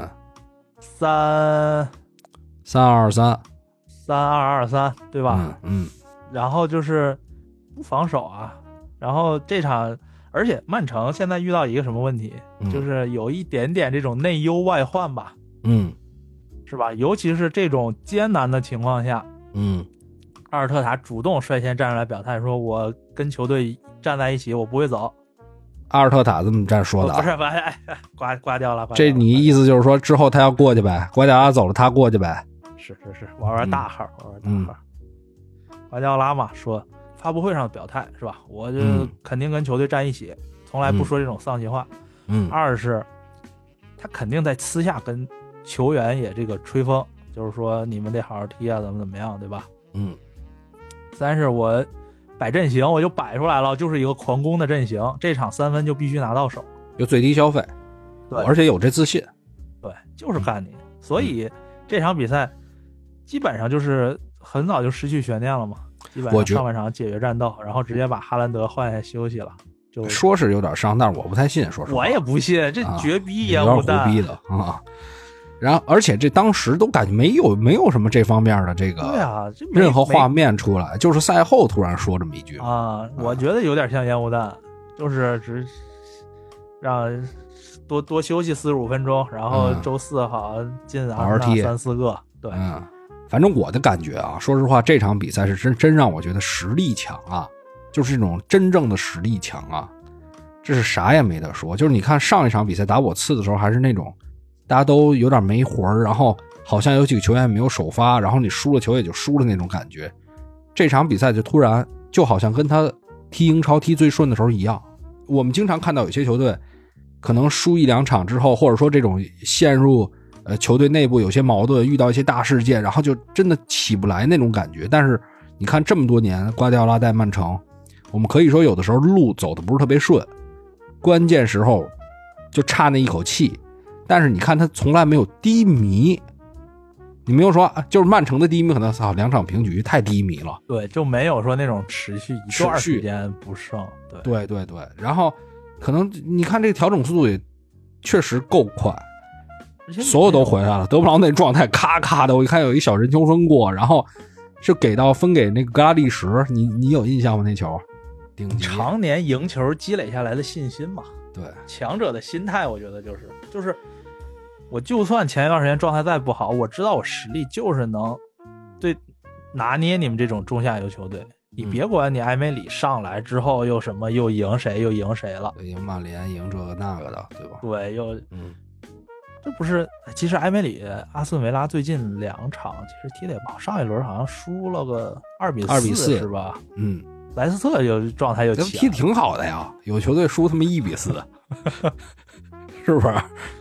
3-2-2-3，对吧？然后就是不防守啊，然后这场，而且曼城现在遇到一个什么问题，就是有一点点这种内忧外患吧，是吧？尤其是这种艰难的情况下，阿尔特塔主动率先站出来表态，说我跟球队站在一起，我不会走。 阿尔特塔这么这样说的， 不是，刮掉了。 这你意思就是说之后他要过去呗？瓜迪奥拉走了，他过去呗？ 是，玩大号，瓜迪奥拉嘛，说发布会上的表态是吧？我就肯定跟球队站一起，从来不说这种丧气话。二是他肯定在私下跟球员也这个吹风，就是说你们得好好踢啊，怎么样，对吧？三是我摆阵型，我就摆出来了，就是一个狂攻的阵型，这场3分就必须拿到手， 有最低消费， 对， 而且有这自信， 对，就是干你。所以这场比赛基本上就是很早就失去悬念了嘛，基本上上半场解决战斗，然后直接把哈兰德换下休息了。就说是有点伤，但是我不太信，说实话， 我也不信，这绝逼烟雾弹， 胡逼的啊。然后，而且这当时都感觉没有什么这方面的这个， 对啊， 任何画面出来，就是赛后突然说这么一句啊，我觉得有点像烟雾弹，就是只让多休息45分钟，然后周4好进3-4个，对， 反正我的感觉啊，说实话，这场比赛是真让我觉得实力强啊，就是这种真正的实力强啊，这是啥也没得说。就是你看上一场比赛打我次的时候，还是那种大家都有点没魂儿，然后好像有几个球员也没有首发，然后你输了球也就输了那种感觉。这场比赛就突然就好像跟他踢英超踢最顺的时候一样。我们经常看到有些球队可能输1-2场之后，或者说这种陷入球队内部有些矛盾，遇到一些大事件，然后就真的起不来那种感觉。但是你看这么多年瓜迪奥拉带曼城，我们可以说有的时候路走的不是特别顺，关键时候就差那一口气，但是你看他从来没有低迷。你没有说就是曼城的低迷可能2场平局太低迷了， 对，就没有说那种持续一段时间不胜， 对，然后可能你看这个调整速度也确实够快，所有都回来了。德布劳那状态咔咔的，我一看有一小人球分过，然后是分给那个格拉利什，你有印象吗？那球常年赢球积累下来的信心嘛， 对， 强者的心态，我觉得就是我就算前一段时间状态再不好，我知道我实力就是能对拿捏你们这种中下游球队。你别管你埃梅里上来之后又什么又赢谁了， 赢曼联赢这个那个的，对吧？ 对，这不是，其实埃梅里阿斯顿维拉最近2场其实踢得也不好，上一轮好像输了个2-4是吧？莱斯特就状态又起来了， 踢挺好的呀，有球队输他妈1-4是不是？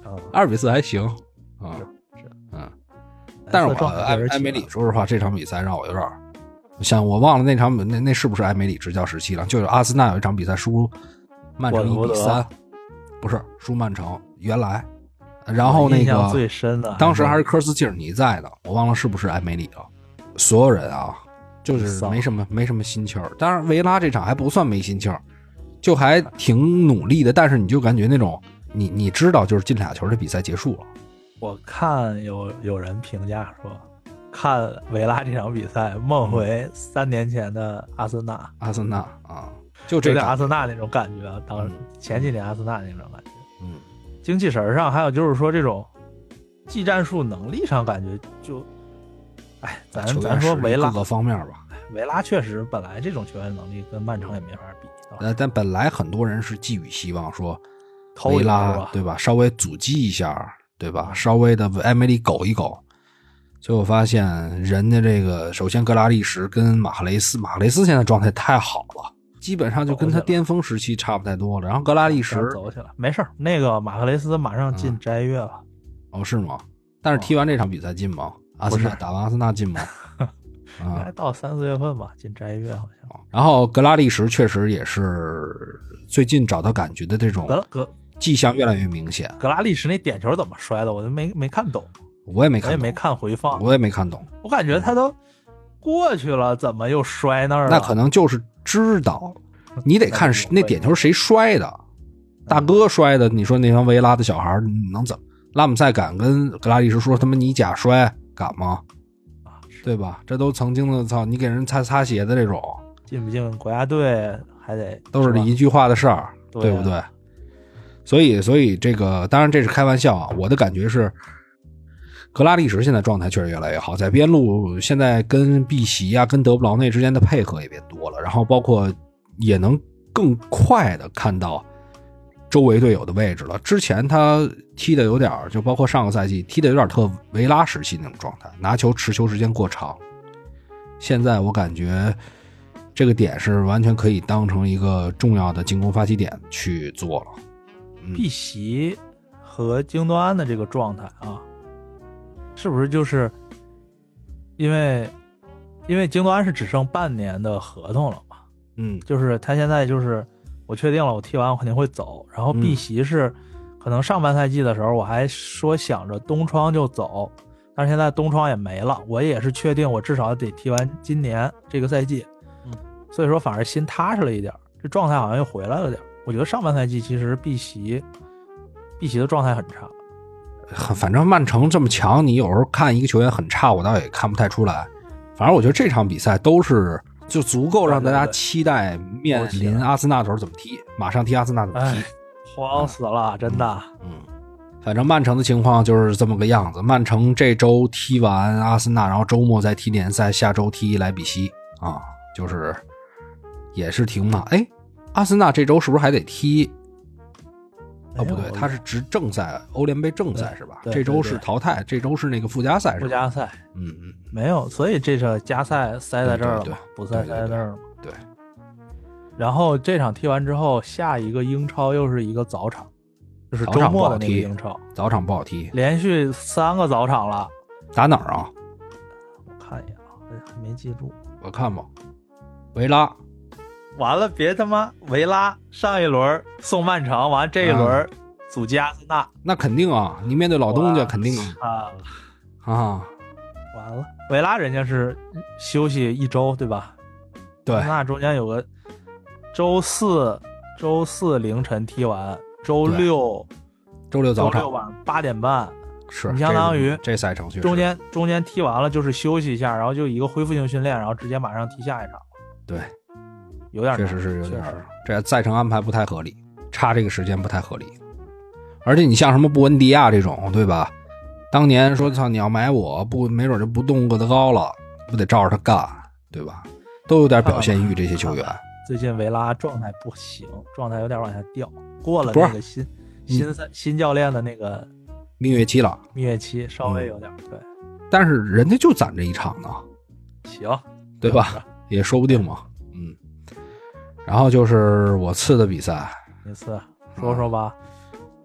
2-4还行啊，但是我埃梅里说实话，这场比赛让我有点像，我忘了那场那是不是埃梅里执教时期了？就是阿森纳有一场比赛输曼城1-3，不是输曼城，原来，然后那个最深的， 当时还是科斯切尔尼在的，我忘了是不是埃梅里了。所有人啊，就是没什么心气儿。当然维拉这场还不算没心气儿，就还挺努力的，但是你就感觉那种你知道，就是进2球这比赛结束了。 我看有人评价说，看维拉这场比赛梦回3年前的阿森纳啊，就这有点阿森纳那种感觉，当时前几年阿森纳那种感觉。精气神上，还有就是说这种技战术能力上，感觉就，咱说维拉各个方面吧， 维拉确实本来这种球员能力跟曼城也没法比。 但本来很多人是寄予希望说，维拉对吧，稍微阻击一下。对吧？稍微的埃梅里苟一苟，结果发现人家这个首先格拉利什跟马赫雷斯现在状态太好了，基本上就跟他巅峰时期差不太多了。然后格拉利什走起来没事，那个马赫雷斯马上进斋月了。 哦，是吗？但是踢完这场比赛进吗？阿森纳打完阿森纳进吗？ 应该到3-4月份吧，进斋月好像。 然后格拉利什确实也是最近找到感觉的这种迹象越来越明显。 格拉利什那点球怎么摔的，我都没看懂。 我也没看懂， 我也没看回放， 我也没看懂。 我感觉他都过去了，怎么又摔那儿了？ 那可能就是知道，你得看那点球谁摔的。大哥摔的，你说那帮维拉的小孩能怎么？拉姆塞敢跟格拉利什说他妈你假摔，敢吗？对吧？这都曾经的操，你给人擦鞋的这种， 进不进国家队还得都是一句话的事儿，对不对？所以这个当然这是开玩笑啊，我的感觉是，格拉利什现在状态确实越来越好，在边路现在跟碧玺啊、跟德布劳内之间的配合也变多了，然后包括也能更快的看到周围队友的位置了。之前他踢的有点，就包括上个赛季踢的有点特维拉时期那种状态，拿球持球时间过长。现在我感觉这个点是完全可以当成一个重要的进攻发起点去做了。 碧玺和京多安的这个状态啊，是不是就是因为京多安是只剩半年的合同了嘛？就是他现在就是我确定了，我踢完我肯定会走。然后碧玺是可能上半赛季的时候我还说想着冬窗就走，但是现在冬窗也没了，我也是确定我至少得踢完今年这个赛季。所以说反而心踏实了一点，这状态好像又回来了点。我觉得上半赛季其实碧玺的状态很差。 反正曼城这么强，你有时候看一个球员很差，我倒也看不太出来。反正我觉得这场比赛都是就足够让大家期待面临阿森纳的时候怎么踢，马上踢阿森纳怎么踢， 慌死了，真的。 反正曼城的情况就是这么个样子。曼城这周踢完阿森纳，然后周末再踢联赛，下周踢莱比锡啊，就是也是挺满。阿森纳这周是不是还得踢？不对，他是执正赛，欧联杯正赛是吧？这周是淘汰，这周是那个附加赛。 附加赛，没有，所以这个加赛塞在这儿了嘛，补赛塞在这儿了嘛。 对。 然后这场踢完之后，下一个英超又是一一个早场，就是周末的那个英超。 早场不好踢， 连续3个早场了。 打哪儿啊？ 我看一眼啊，还没记住。 我看吧，维拉。 完了，别他妈维拉上一轮送曼城，完这一轮阻击阿森纳， 那肯定啊！你面对老东家肯定啊！ 完了，维拉人家是休息1周对吧？ 对， 阿森纳中间有个周四凌晨踢完，周六早场， 周六晚8点半， 是你相当于这赛程中间踢完了就是休息一下，然后就一个恢复性训练，然后直接马上踢下一场。 对。 有点确实是有点，这赛程安排不太合理，差这个时间不太合理。而且你像什么布恩迪亚这种，对吧？当年说操你要买我不，没准就不动个子高了，不得照着他干，对吧？都有点表现欲，这些球员。 最近维拉状态不行，状态有点往下掉，过了那个新教练的那个蜜月期了， 蜜月期稍微有点对。 但是人家就攒这一场呢， 行， 对吧？也说不定嘛。然后就是我次的比赛， 你次说说吧。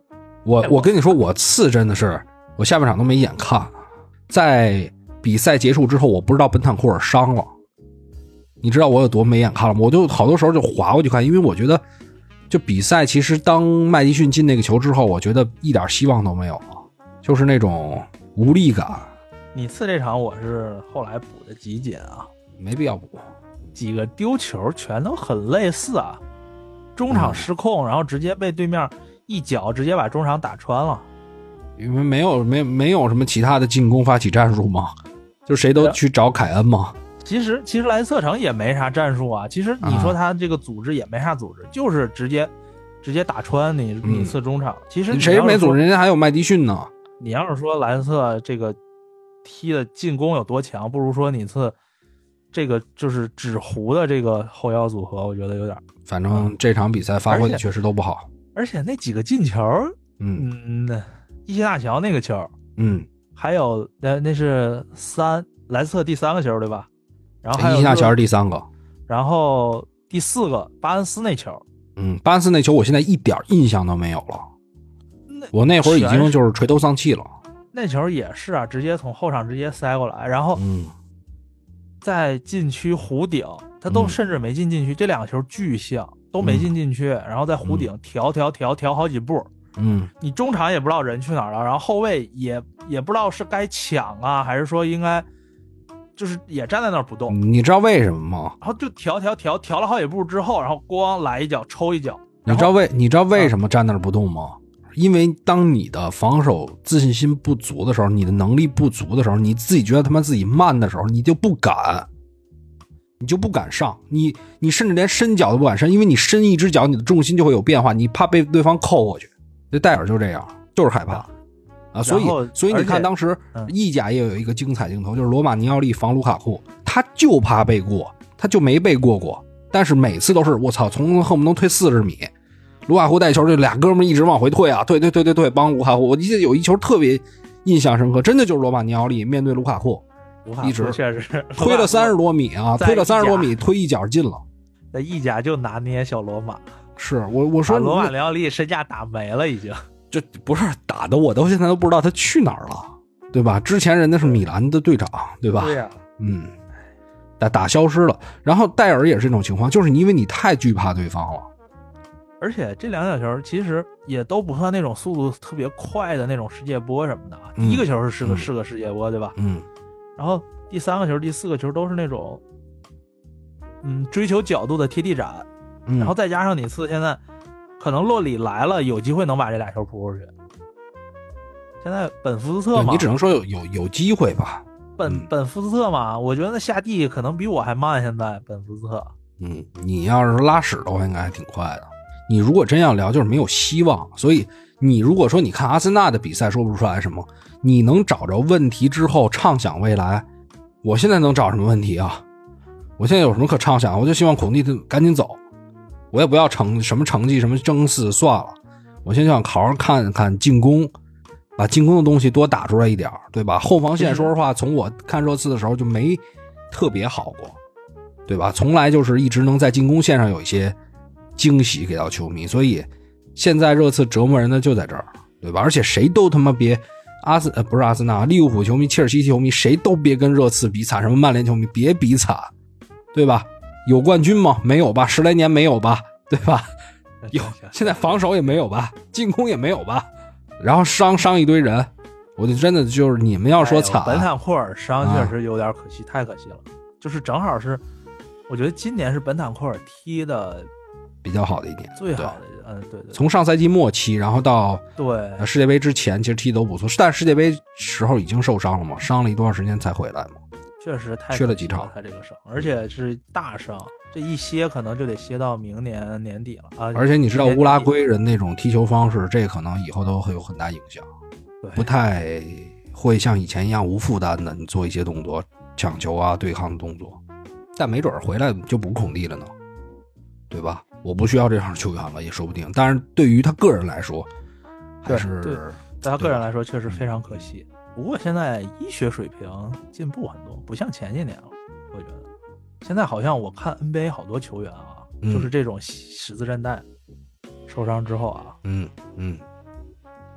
我跟你说，我次真的是我下半场都没眼看，在比赛结束之后，我不知道本坦库尔伤了，你知道我有多没眼看了吗？我就好多时候就划过去看，因为我觉得就比赛其实当麦迪逊进那个球之后，我觉得一点希望都没有了，就是那种无力感。 你次这场我是后来补的集锦啊， 没必要补， 几个丢球全都很类似啊，中场失控，然后直接被对面一脚直接把中场打穿了。 因为没有什么其他的进攻发起战术吗？就谁都去找凯恩吗？ 其实莱斯特城也没啥战术啊，其实你说他这个组织也没啥组织，就是直接打穿你次中场。其实谁没组织，人家还有麦迪逊呢。 你要是说莱斯特这个踢的进攻有多强，不如说你次这个就是纸糊的这个后腰组合，我觉得有点。 反正这场比赛发挥的确实都不好， 而且那几个进球，伊西纳乔那个球，还有那是莱斯特第3个球对吧？然后还有伊西纳乔是第3个， 然后第4个巴恩斯那球， 巴恩斯那球我现在一点印象都没有了，我那会儿已经就是垂头丧气了。 那球也是啊，直接从后场直接塞过来，然后在禁区弧顶，他都甚至没进禁区，这2个球巨像，都没进禁区，然后在弧顶调好几步。你中场也不知道人去哪儿了，然后后卫也不知道是该抢啊，还是说应该就是也站在那儿不动。 你知道为什么吗？ 然后就调了好几步之后，然后咣来一脚抽一脚。 你知道为什么站那儿不动吗？因为当你的防守自信心不足的时候，你的能力不足的时候，你自己觉得他妈自己慢的时候，你就不敢上，你甚至连伸脚都不敢伸，因为你伸一只脚，你的重心就会有变化，你怕被对方扣过去。这戴尔就这样，就是害怕啊，所以你看当时意甲也有一个精彩镜头，就是罗马尼奥利防卢卡库，他就怕背过，他就没背过，但是每次都是我操，从恨不能退40米，卢卡库带球就俩哥们一直往回退啊，退，帮卢卡库。我记得有一球特别印象深刻，真的就是罗马尼奥利面对卢卡库一直确实推了30多米啊，推了30多米，推一脚进了。 在意甲就拿捏小罗马。 是我说罗马尼奥利身价打没了已经， 这不是打的我现在都不知道他去哪儿了，对吧？之前人家是米兰的队长，对吧？ 对呀， 打消失了。然后戴尔也是这种情况，就是因为你太惧怕对方了。 而且这2脚球其实也都不算那种速度特别快的那种世界波什么的，第一个球是个世界波，对吧？然后第3个球、第4个球都是那种追求角度的贴地斩。然后再加上你次现在可能洛里来了，有机会能把这2球扑出去。现在本福斯特嘛， 你只能说有机会吧。 本福斯特嘛，我觉得那下地可能比我还慢。现在本福斯特， 你要是拉屎的话，应该还挺快的。你如果真要聊，就是没有希望。所以你如果说你看阿森纳的比赛说不出来什么，你能找着问题之后畅想未来。我现在能找什么问题啊？我现在有什么可畅想？我就希望孔蒂赶紧走。我也不要什么成绩什么争4算了，我现在想好好看看进攻，把进攻的东西多打出来一点，对吧？后防线说实话从我看热刺的时候就没特别好过，对吧？从来就是一直能在进攻线上有一些惊喜给到球迷，所以现在热刺折磨人的就在这儿，对吧？而且谁都他妈别不是阿森纳，利物浦球迷、切尔西球迷谁都别跟热刺比惨，什么曼联球迷别比惨，对吧？有冠军吗？没有吧，10来年没有吧，对吧？有，现在防守也没有吧，进攻也没有吧，然后伤一堆人，我就真的就是你们要说惨， 本坦库尔伤确实有点可惜，太可惜了。就是正好是，我觉得今年是本坦库尔踢的比较好的一年， 最好的，对。从上赛季末期，然后到对世界杯之前，其实踢都不错，但世界杯时候已经受伤了嘛，伤了一段时间才回来嘛。 确实太缺了几场， 他这个伤，而且是大伤，这一歇可能就得歇到明年年底了啊！ 而且你知道乌拉圭人那种踢球方式，这可能以后都会有很大影响，不太会像以前一样无负担的，你做一些动作，抢球啊、对抗的动作，但没准回来就不是孔蒂了呢，对吧？我不需要这样的球员了，也说不定。但是对于他个人来说，还是对他个人来说确实非常可惜。不过现在医学水平进步很多，不像前几年了。我觉得现在好像我看 NBA 好多球员啊，就是这种十字韧带受伤之后啊，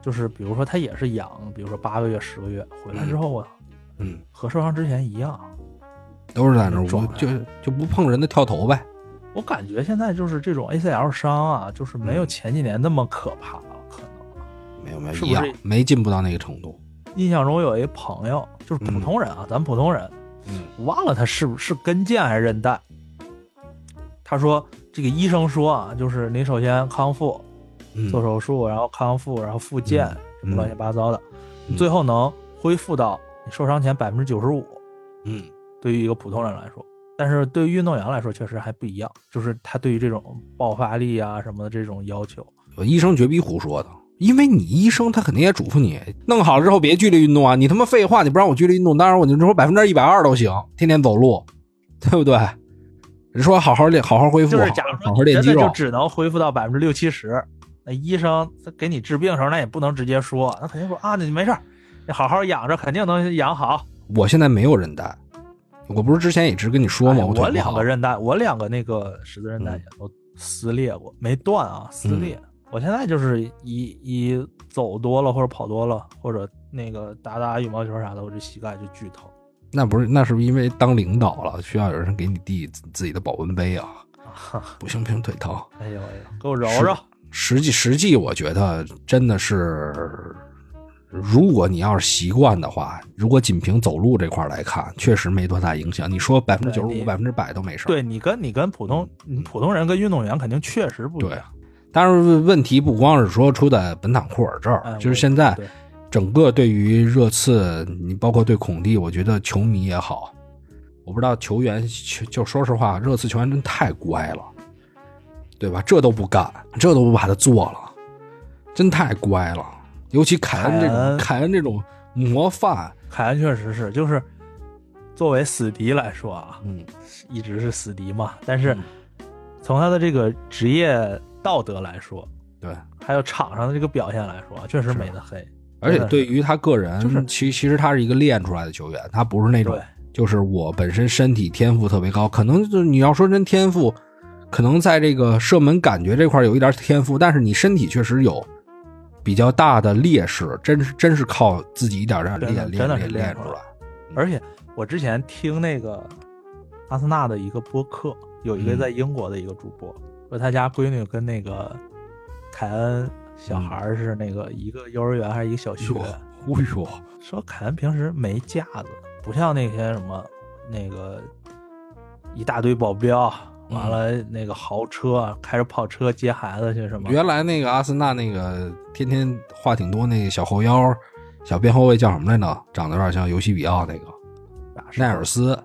就是比如说他也是养，比如说8个月、10个月，回来之后啊，和受伤之前一样， 都是在那儿，就不碰人的跳投呗。 我感觉现在就是这种 ACL 伤啊，就是没有前几年那么可怕了，可能没有一样，没进步到那个程度。 印象中有一朋友，就是普通人啊，咱普通人，忘了他是不是跟腱还是韧带。他说这个医生说啊，就是你首先康复，做手术，然后康复，然后复健，什么乱七八糟的，最后能恢复到你受伤前95%。对于一个普通人来说，但是对于运动员来说确实还不一样，就是他对于这种爆发力啊什么的这种要求。 医生绝逼胡说的，因为你医生他肯定也嘱咐你弄好了之后别剧烈运动啊，你他妈废话，你不让我剧烈运动，当然我就说120%都行，天天走路，对不对？你说好好练，好好恢复， 就是假如说好好练肌肉， 就只能恢复到60-70%，那医生给你治病的时候，那也不能直接说，那肯定说啊，你没事，你好好养着，肯定能养好。 我现在没有韧带，我不是之前一直跟你说吗？ 我2个韧带，我2个那个十字韧带也都撕裂过，没断啊，撕裂。我现在就是一走多了或者跑多了，或者那个打羽毛球啥的，我这膝盖就剧疼。 那是不是因为当领导了，需要有人给你递自己的保温杯啊？不行，腿疼。 哎呦，给我揉揉。 实际我觉得真的是，如果你要是习惯的话，如果仅凭走路这块来看，确实没多大影响。你说95%、100%都没事。 对，你跟普通人跟运动员肯定确实不一样。对， 当然问题不光是说出在本坦库尔这儿，就是现在整个对于热刺，你包括对孔蒂，我觉得球迷也好，我不知道球员，就说实话，热刺球员真太乖了，对吧？这都不干，这都不把他做了，真太乖了。尤其凯恩这种模范， 凯恩确实是，就是作为死敌来说啊，一直是死敌嘛。但是从他的这个职业道德来说， 对， 还有场上的这个表现来说，确实没得黑。 而且对于他个人， 就是其实他是一个练出来的球员，他不是那种就是我本身身体天赋特别高，可能就是你要说真天赋，可能在这个射门感觉这块有一点天赋，但是你身体确实有比较大的劣势，真是靠自己一点点练出来。 而且我之前听那个阿森纳的一个播客，有一个在英国的一个主播，说他家闺女跟那个凯恩小孩是那个一个幼儿园还是一个小学，说凯恩平时没架子，不像那些什么那个一大堆保镖，完了那个豪车，开着跑车接孩子去什么。 原来那个阿森纳那个天天话挺多那个小后腰小边后卫叫什么来着？长得有点像尤西比奥那个奈尔斯。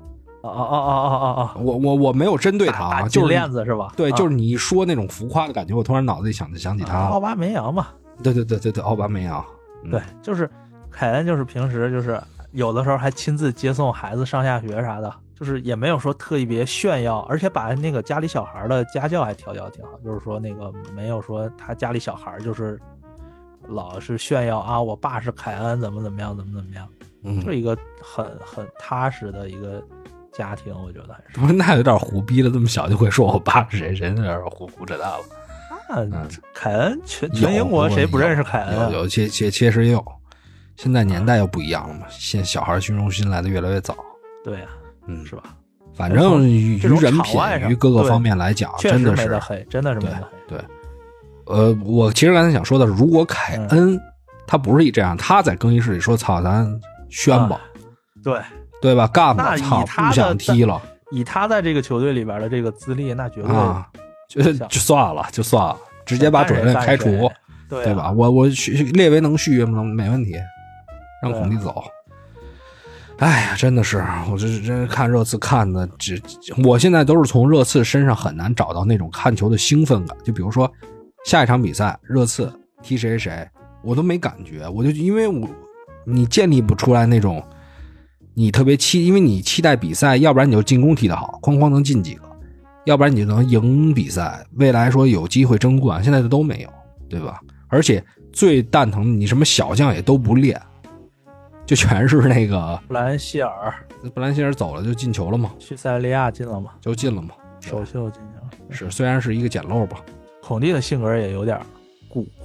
我没有针对他啊，就是链子是吧？ 对，就是你一说那种浮夸的感觉，我突然脑子里想起他。 奥巴梅扬嘛。 对，奥巴梅扬。 对，就是凯恩，就是平时就是有的时候还亲自接送孩子上下学啥的，就是也没有说特别炫耀，而且把那个家里小孩的家教还调教挺好，就是说那个没有说他家里小孩就是老是炫耀啊，我爸是凯恩怎么样，就是一个很踏实的一个家庭，我觉得还是。 不是，那有点胡逼了，这么小就会说我爸是谁，有点胡扯淡了。 凯恩全英国谁不认识凯恩？ 有确实有。现在年代又不一样了嘛，现在小孩虚荣心来的越来越早。 对呀，是吧？ 反正于人品于各个方面来讲，真的是没得黑，真的是没得黑。 对，我其实刚才想说的，如果凯恩他不是这样，他在更衣室里说操，咱宣吧，对吧？干吧，操，不想踢了。 以他在这个球队里边的这个资历，那绝对就算了，直接把主任开除，对吧？我列维能续约吗？没问题，让孔蒂走。哎呀，真的是，我这真看热刺看的，我现在都是从热刺身上很难找到那种看球的兴奋感。就比如说下一场比赛，热刺踢谁，我都没感觉，我就因为你建立不出来那种你特别因为你期待比赛，要不然你就进攻踢得好，哐哐能进几个，要不然你就能赢比赛，未来说有机会争冠，现在都没有，对吧？而且最蛋疼，你什么小将也都不练，就全是那个布兰希尔走了就进球了嘛， 去塞利亚进了嘛， 就进了嘛， 首秀进去了。 是，虽然是一个捡漏吧。 孔蒂的性格也有点古怪，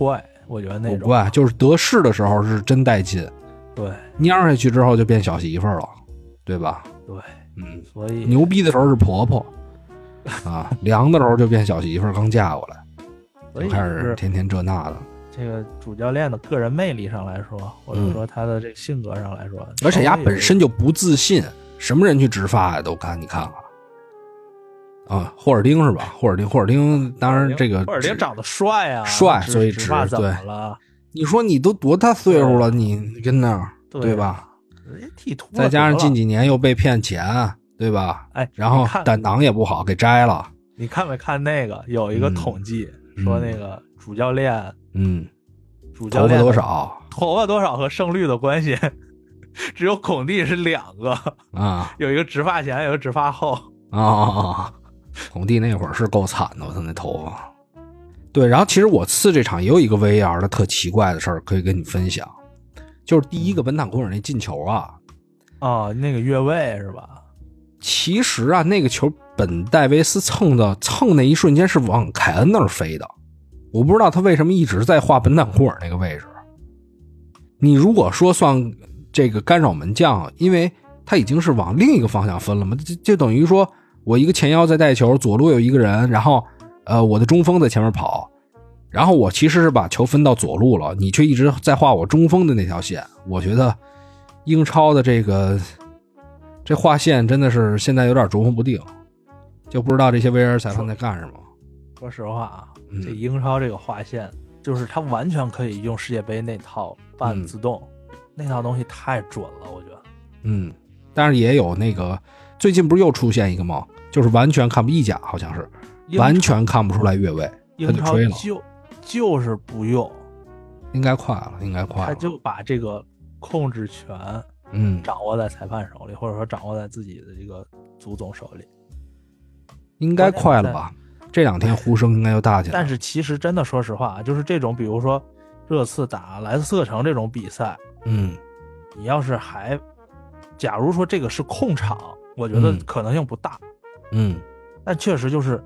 我觉得那种古怪，就是得势的时候是真带劲， 对， 蔫下去之后就变小媳妇儿了，对吧？ 对， 所以牛逼的时候是婆婆啊，凉的时候就变小媳妇儿，刚嫁过来，就开始天天这那的。 这个主教练的个人魅力上来说，或者说他的这个性格上来说， 而且丫本身就不自信，什么人去植发呀都看，你看看啊，霍尔丁是吧？霍尔丁，当然这个霍尔丁长得帅啊， 帅，所以植发怎么了？ 你说你都多大岁数了，你跟那儿对吧？ 剃秃， 再加上近几年又被骗钱，对吧？ 哎， 然后胆囊也不好，给摘了。 你看没看那个有一个统计说那个主教练，主教练头发多少和胜率的关系，只有孔蒂是2个啊，有一个植发前，有一个植发后啊。孔蒂那会儿是够惨的，他那头发。对，然后其实我次这场也有一个 VAR 的特奇怪的事儿可以跟你分享，就是第一个本坦库尔那进球啊， 那个越位是吧？ 其实啊，那个球本戴维斯蹭那一瞬间是往凯恩那儿飞的，我不知道他为什么一直在画本坦库尔那个位置。你如果说算这个干扰门将，因为他已经是往另一个方向分了嘛，就等于说我一个前腰在带球，左路有一个人，然后我的中锋在前面跑，然后我其实是把球分到左路了，你却一直在画我中锋的那条线。我觉得英超的这划线真的是现在有点琢磨不定，就不知道这些 VAR 裁判在干什么。 说实话啊，这英超这个划线，就是它完全可以用世界杯那套半自动，那套东西太准了，我觉得。 但是也有那个最近不是又出现一个吗？就是完全看不意甲，好像是完全看不出来越位，他就吹了。 就是不用， 应该快了。 他就把这个控制权掌握在裁判手里，或者说掌握在自己的这个足总手里， 应该快了吧？这2天呼声应该又大起来。 但是其实真的说实话，就是这种比如说热刺打莱斯特城这种比赛，你要是假如说这个是控场，我觉得可能性不大。但确实是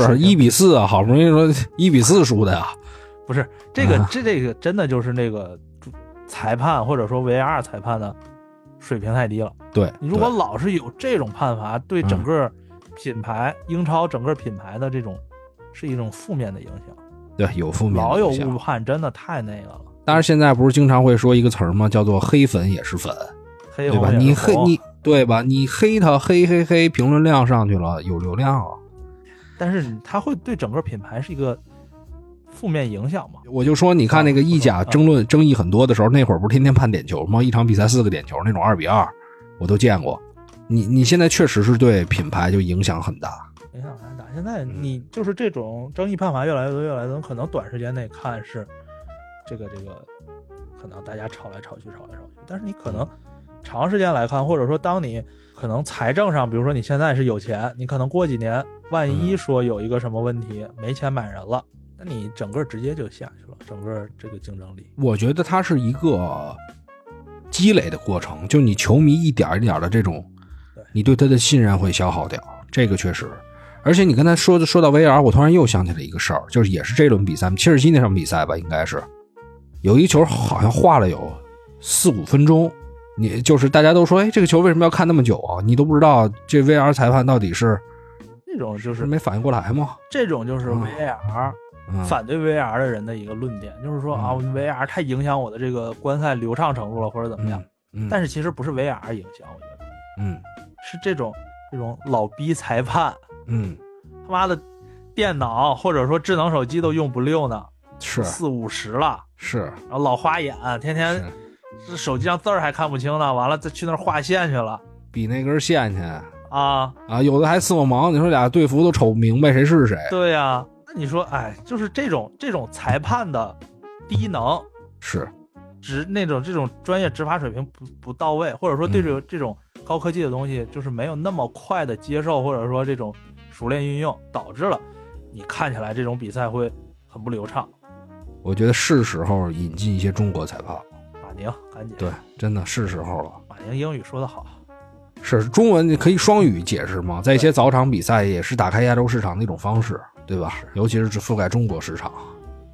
1-4啊，好不容易说1-4输的呀。 不是这个真的就是那个裁判或者说 VAR 裁判的水平太低了。 对， 你如果老是有这种判罚，对整个品牌英超整个品牌的这种是一种负面的影响。 对，有负面的影响， 老有误判，真的太那个了。 当然现在不是经常会说一个词吗？叫做黑粉也是粉，对吧？你对吧？你黑他黑，评论量上去了，有流量啊。 但是它会对整个品牌是一个负面影响嘛？ 我就说，你看那个意甲争议很多的时候，那会儿不是天天判点球吗？一场比赛4个点球那种2-2，我都见过。你现在确实是对品牌就影响很大。 影响很大。现在你就是这种争议判罚越来越多，可能短时间内看是这个可能大家吵来吵去，但是你可能长时间来看，或者说当你可能财政上，比如说你现在是有钱，你可能过几年万一说有一个什么问题，没钱买人了，那你整个直接就下去了，整个这个竞争力。 我觉得它是一个积累的过程，就你球迷一点一点的这种，你对他的信任会消耗掉，这个确实。而且你刚才说到 VAR， 我突然又想起了一个事儿，就是也是这轮比赛，切尔西那场比赛吧，应该是有一球好像画了有4-5分钟，你就是大家都说，这个球为什么要看那么久啊？你都不知道这 VAR 裁判到底是这种就是没反应过来吗？ 这种就是 VAR、反对 VAR 的人的一个论点，就是说VAR 太影响我的这个观赛流畅程度了，或者怎么样。但是其实不是 VAR 影响，我觉得，是这种老逼裁判，他妈的电脑或者说智能手机都用不溜呢， 是 40-50了， 是， 然后老花眼，天天手机上字儿还看不清呢，完了再去那儿画线去了， 比那根线去啊， 有的还伺候忙，你说俩队服都瞅不明白谁是谁。 对呀，那你说，就是这种裁判的低能， 是这种专业执法水平不到位，或者说对这种高科技的东西就是没有那么快的接受，或者说这种熟练运用，导致了你看起来这种比赛会很不流畅。 我觉得是时候引进一些中国裁判了。 马宁，赶紧。 对，真的是时候了。 马宁英语说得好。 是中文可以双语解释吗？在一些早场比赛也是打开亚洲市场的一种方式，对吧？尤其是只覆盖中国市场。 是，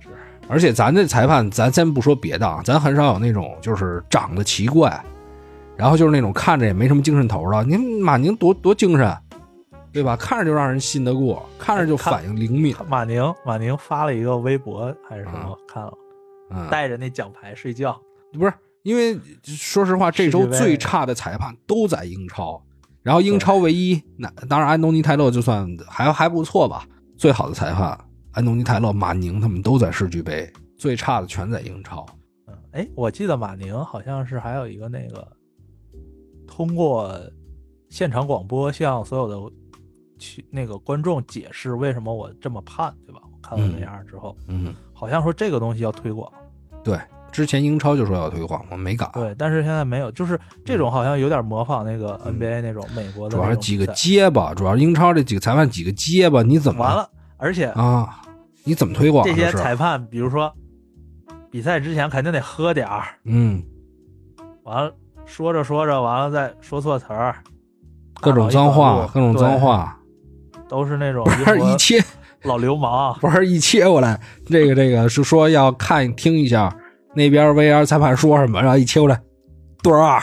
而且咱这裁判，咱先不说别的啊，咱很少有那种就是长得奇怪，然后就是那种看着也没什么精神头的。您马宁多精神，对吧？看着就让人信得过，看着就反应灵敏。 马宁发了一个微博还是什么，看了，带着那奖牌睡觉。 不是，因为说实话，这周最差的裁判都在英超，然后英超唯一，那当然安东尼泰勒就算还不错吧，最好的裁判。安东尼泰勒、马宁他们都在世俱杯，最差的全在英超。 我记得马宁好像是还有一个那个通过现场广播向所有的那个观众解释为什么我这么判，对吧？我看了那样之后，好像说这个东西要推广。 对，之前英超就说要推广，我没敢。 对，但是现在没有，就是这种好像有点模仿那个 NBA 那种美国的那种， 主要是几个结巴，主要英超这几个裁判几个结巴，你怎么完了？而且啊，你怎么推广？ 这些裁判，比如说比赛之前肯定得喝点儿，完了说着完了再说错词儿， 各种脏话， 都是那种不是一切老流氓， 不是一切过来，这个是说要听一下那边 VR 裁判说什么，然后一切过来对2，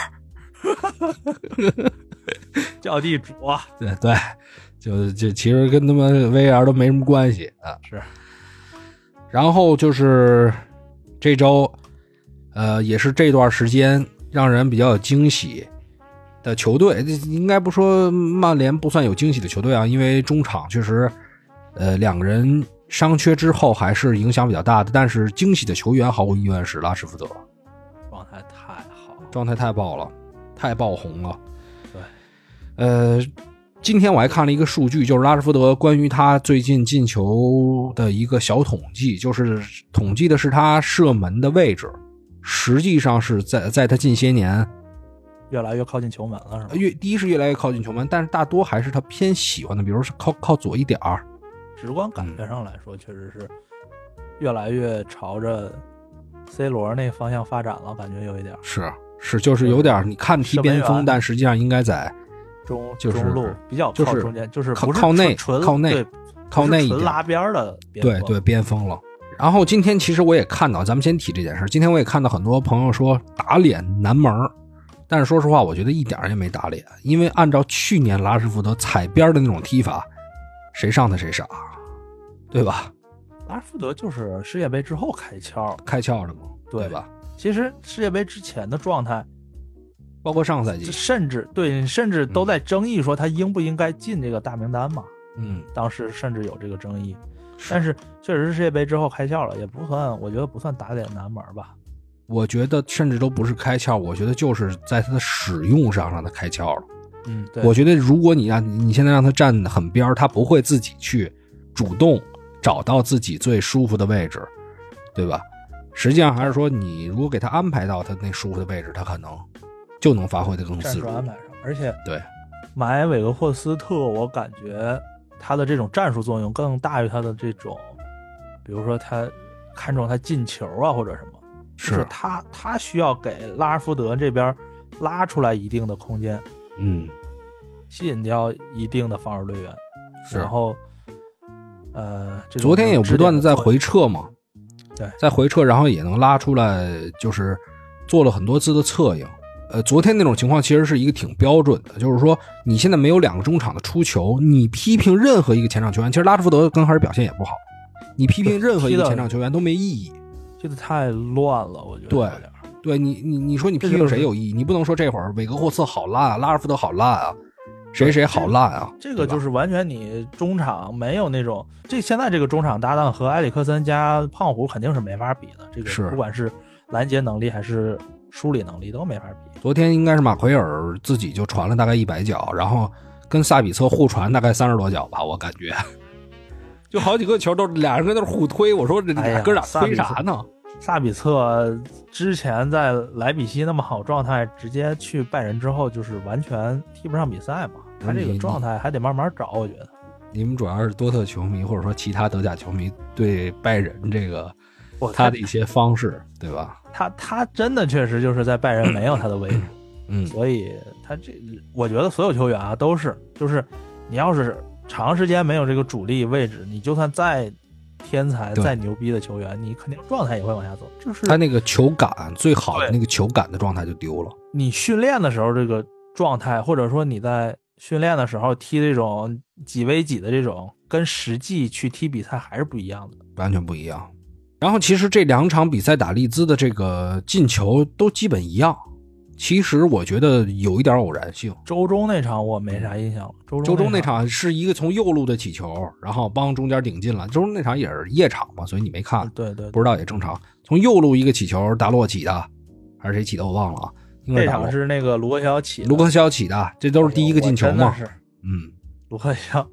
叫地主， 对，就其实跟他们 VR 都没什么关系啊。 是， 然后就是这周，也是这段时间让人比较有惊喜的球队，应该不说曼联不算有惊喜的球队啊，因为中场确实，两个人伤缺之后还是影响比较大的，但是惊喜的球员毫无疑问是拉什福德， 状态太好， 状态太爆了，太爆红了。 对， 今天我还看了一个数据，就是拉什福德关于他最近进球的一个小统计，就是统计的是他射门的位置，实际上是在他近些年越来越靠近球门了，是吧？ 第一是越来越靠近球门，但是大多还是他偏喜欢的，比如是靠左一点儿。 直观感觉上来说，确实是越来越朝着 C 罗那方向发展了，感觉有一点是，就是有点你看踢边锋，但实际上应该在中路比较靠中间，就是不是靠内一点拉边的边锋， 对边锋了。然后今天其实我也看到，咱们先提这件事，今天我也看到很多朋友说打脸南门，但是说实话我觉得一点也没打脸，因为按照去年拉什福德踩边的那种踢法，谁上他谁傻，对吧？ 拉什福德就是世界杯之后开窍的嘛， 对吧？ 其实世界杯之前的状态， 包括上赛季， 甚至都在争议说他应不应该进这个大名单嘛。当时甚至有这个争议，但是确实是世界杯之后开窍了，也不算，我觉得不算打脸南门吧。 我觉得甚至都不是开窍，我觉得就是在他的使用上让他开窍了。 对， 我觉得如果你现在让他站很边，他不会自己去主动找到自己最舒服的位置，对吧？实际上还是说，你如果给他安排到他那舒服的位置，他可能就能发挥得更自如。 战术安排上，而且对买韦格霍斯特，我感觉他的这种战术作用更大于他的这种，比如说他看中他进球啊或者什么，就是他需要给拉什福德这边拉出来一定的空间，吸引掉一定的防守队员，然后昨天也不断的在回撤嘛， 对， 在回撤，然后也能拉出来，就是做了很多次的策应。昨天那种情况其实是一个挺标准的，就是说你现在没有两个中场的出球，你批评任何一个前场球员，其实拉什福德刚开始表现也不好，你批评任何一个前场球员都没意义， 踢得太乱了，我觉得。 对，你说你批评谁有意义？你不能说这会儿韦格霍斯好烂啊，拉什福德好烂啊，谁好烂啊？ 这个就是完全你中场没有那种，现在这个中场搭档和埃里克森加胖虎肯定是没法比的，这个不管是拦截能力还是梳理能力都没法比。 昨天应该是马奎尔自己就传了大概100脚，然后跟萨比策互传大概30多脚吧，我感觉就好几个球都俩人跟那互推，我说这俩哥俩推啥呢？ 萨比策之前在莱比锡那么好状态，直接去拜仁之后就是完全踢不上比赛嘛，他这个状态还得慢慢找，我觉得。 你们主要是多特球迷或者说其他德甲球迷对拜仁这个他的一些方式，对吧？ 他真的确实就是在拜仁没有他的位置，所以他我觉得所有球员啊都是，就是你要是长时间没有这个主力位置，你就算再天才再牛逼的球员，你肯定状态也会往下走，就是他那个球感最好的那个球感的状态就丢了。 你训练的时候这个状态，或者说你在训练的时候踢这种几 v 几的这种，跟实际去踢比赛还是不一样的， 完全不一样。然后其实这2场比赛打利兹的这个进球都基本一样，其实我觉得有一点偶然性。 周中那场我没啥印象了， 周中那场是一个从右路的起球，然后帮中间顶进了。周中那场也是夜场嘛，所以你没看， 对， 不知道也正常。从右路一个起球，达洛起的还是谁起的我忘了啊。 这场是那个卢克肖起的，这都是第一个进球嘛。 是，卢克肖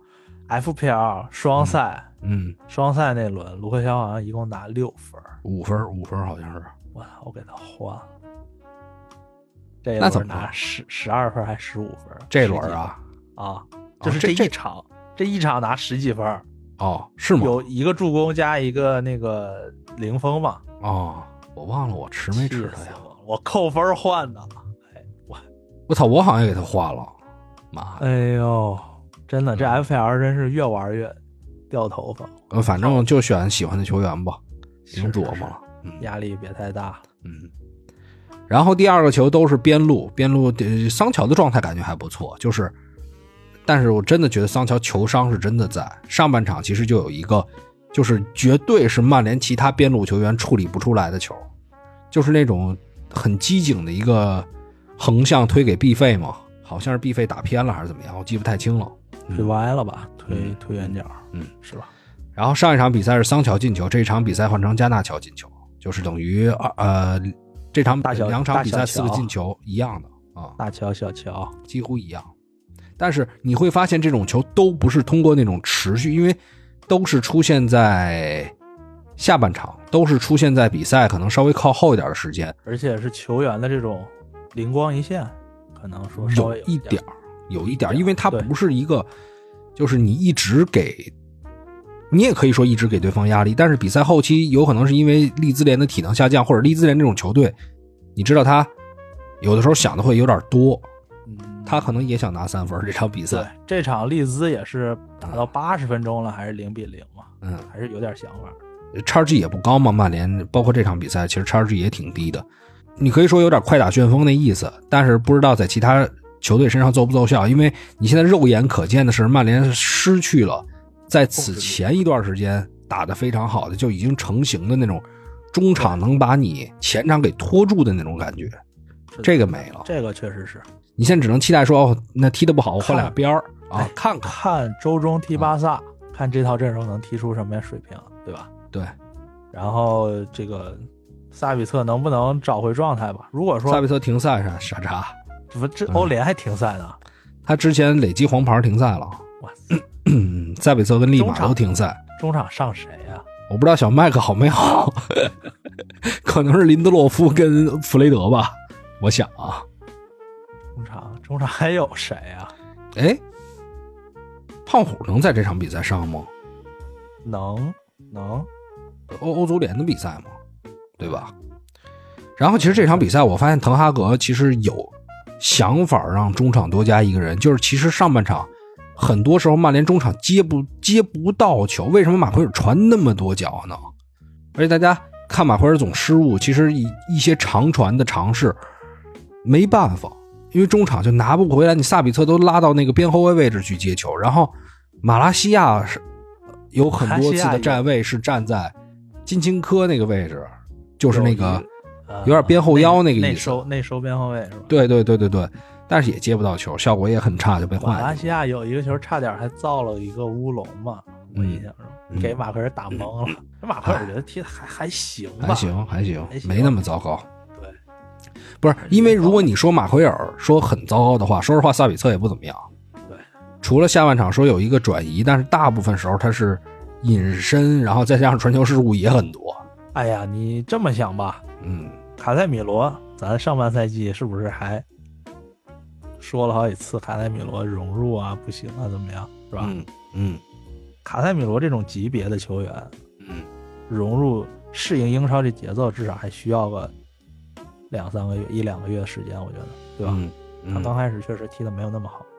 FPL 双赛，双赛那轮卢克肖好像一共拿6分 ，5分好像是。 我给他换了。这一轮拿12分还15分？ 这轮啊， 就是这一场拿10几分。 哦，是吗？ 有一个助攻加一个那个零封嘛。 哦，我忘了我吃没吃他呀？ 我扣分换的。 我操，我好像也给他换了。妈！ 哎呦，真的，这 FPL 真是越玩越掉头发。 反正就选喜欢的球员吧，别琢磨了。 压力别太大。 然后第2个球都是边路，桑乔的状态感觉还不错，但是我真的觉得桑乔球商是真的在。上半场其实就有一个，就是绝对是曼联其他边路球员处理不出来的球，就是那种很机警的一个横向推给毕费嘛，好像是毕费打偏了还是怎么样，我记不太清了， 推歪了吧，推远角，是吧？ 然后上一场比赛是桑乔进球，这一场比赛换成加纳乔进球，就是等于这场2场比赛4个进球一样的啊， 大乔小乔几乎一样。但是你会发现这种球都不是通过那种持续，因为都是出现在下半场，都是出现在比赛可能稍微靠后一点的时间， 而且是球员的这种灵光一现，可能说稍微有一点，因为它不是一个就是你一直给，你也可以说一直给对方压力，但是比赛后期有可能是因为利兹联的体能下降，或者利兹联这种球队，你知道他有的时候想的会有点多，他可能也想拿3分这场比赛。 对，这场利兹也是打到80分钟了，还是0-0嘛，还是有点想法。 XG 也不高嘛，曼联包括这场比赛其实 XG 也挺低的，你可以说有点快打旋风那意思，但是不知道在其他球队身上奏不奏效，因为你现在肉眼可见的是曼联失去了在此前一段时间打得非常好的就已经成型的那种中场能把你前场给拖住的那种感觉，这个没了。 这个确实是， 你现在只能期待说那踢得不好我换俩边儿啊， 看周中踢巴萨，看这套阵容能踢出什么样水平，对吧？ 对。 然后这个萨比策能不能找回状态吧？如果说萨比策停赛傻叉， 这欧联还停赛呢， 他之前累积黄牌停赛了。 哇塞， 萨比策跟利马都停赛。 中场上谁呀？ 我不知道小麦克好没好，可能是林德洛夫跟弗雷德吧，我想啊。 中场还有谁呀？ 哎，胖虎能在这场比赛上吗？ 能。 欧足联的比赛嘛，对吧？然后其实这场比赛我发现滕哈格其实有想法让中场多加一个人，就是其实上半场很多时候曼联中场接不到球，为什么马奎尔传那么多脚呢？而且大家看马奎尔总失误，其实一些长传的尝试没办法，因为中场就拿不回来，你萨比策都拉到那个边后卫位置去接球，然后马拉西亚有很多次的站位是站在金琴科那个位置，就是那个有点边后腰那个意思， 内收边后卫是吧？ 对，但是也接不到球，效果也很差，就被换了。 马拉西亚有一个球差点还造了一个乌龙嘛，我印象中给马奎尔打懵了。马奎尔觉得踢的还行吧， 还行，没那么糟糕。 对， 不是因为如果你说马奎尔说很糟糕的话，说实话萨比策也不怎么样。 对， 除了下半场说有一个转移，但是大部分时候他是隐身，然后再加上传球失误也很多。 哎呀，你这么想吧，卡塞米罗，咱上半赛季是不是还说了好几次卡塞米罗融入啊不行啊怎么样，是吧？卡塞米罗这种级别的球员，融入适应英超这节奏，至少还需要个2-3个月、1-2个月的时间，我觉得，对吧？他刚开始确实踢的没有那么好，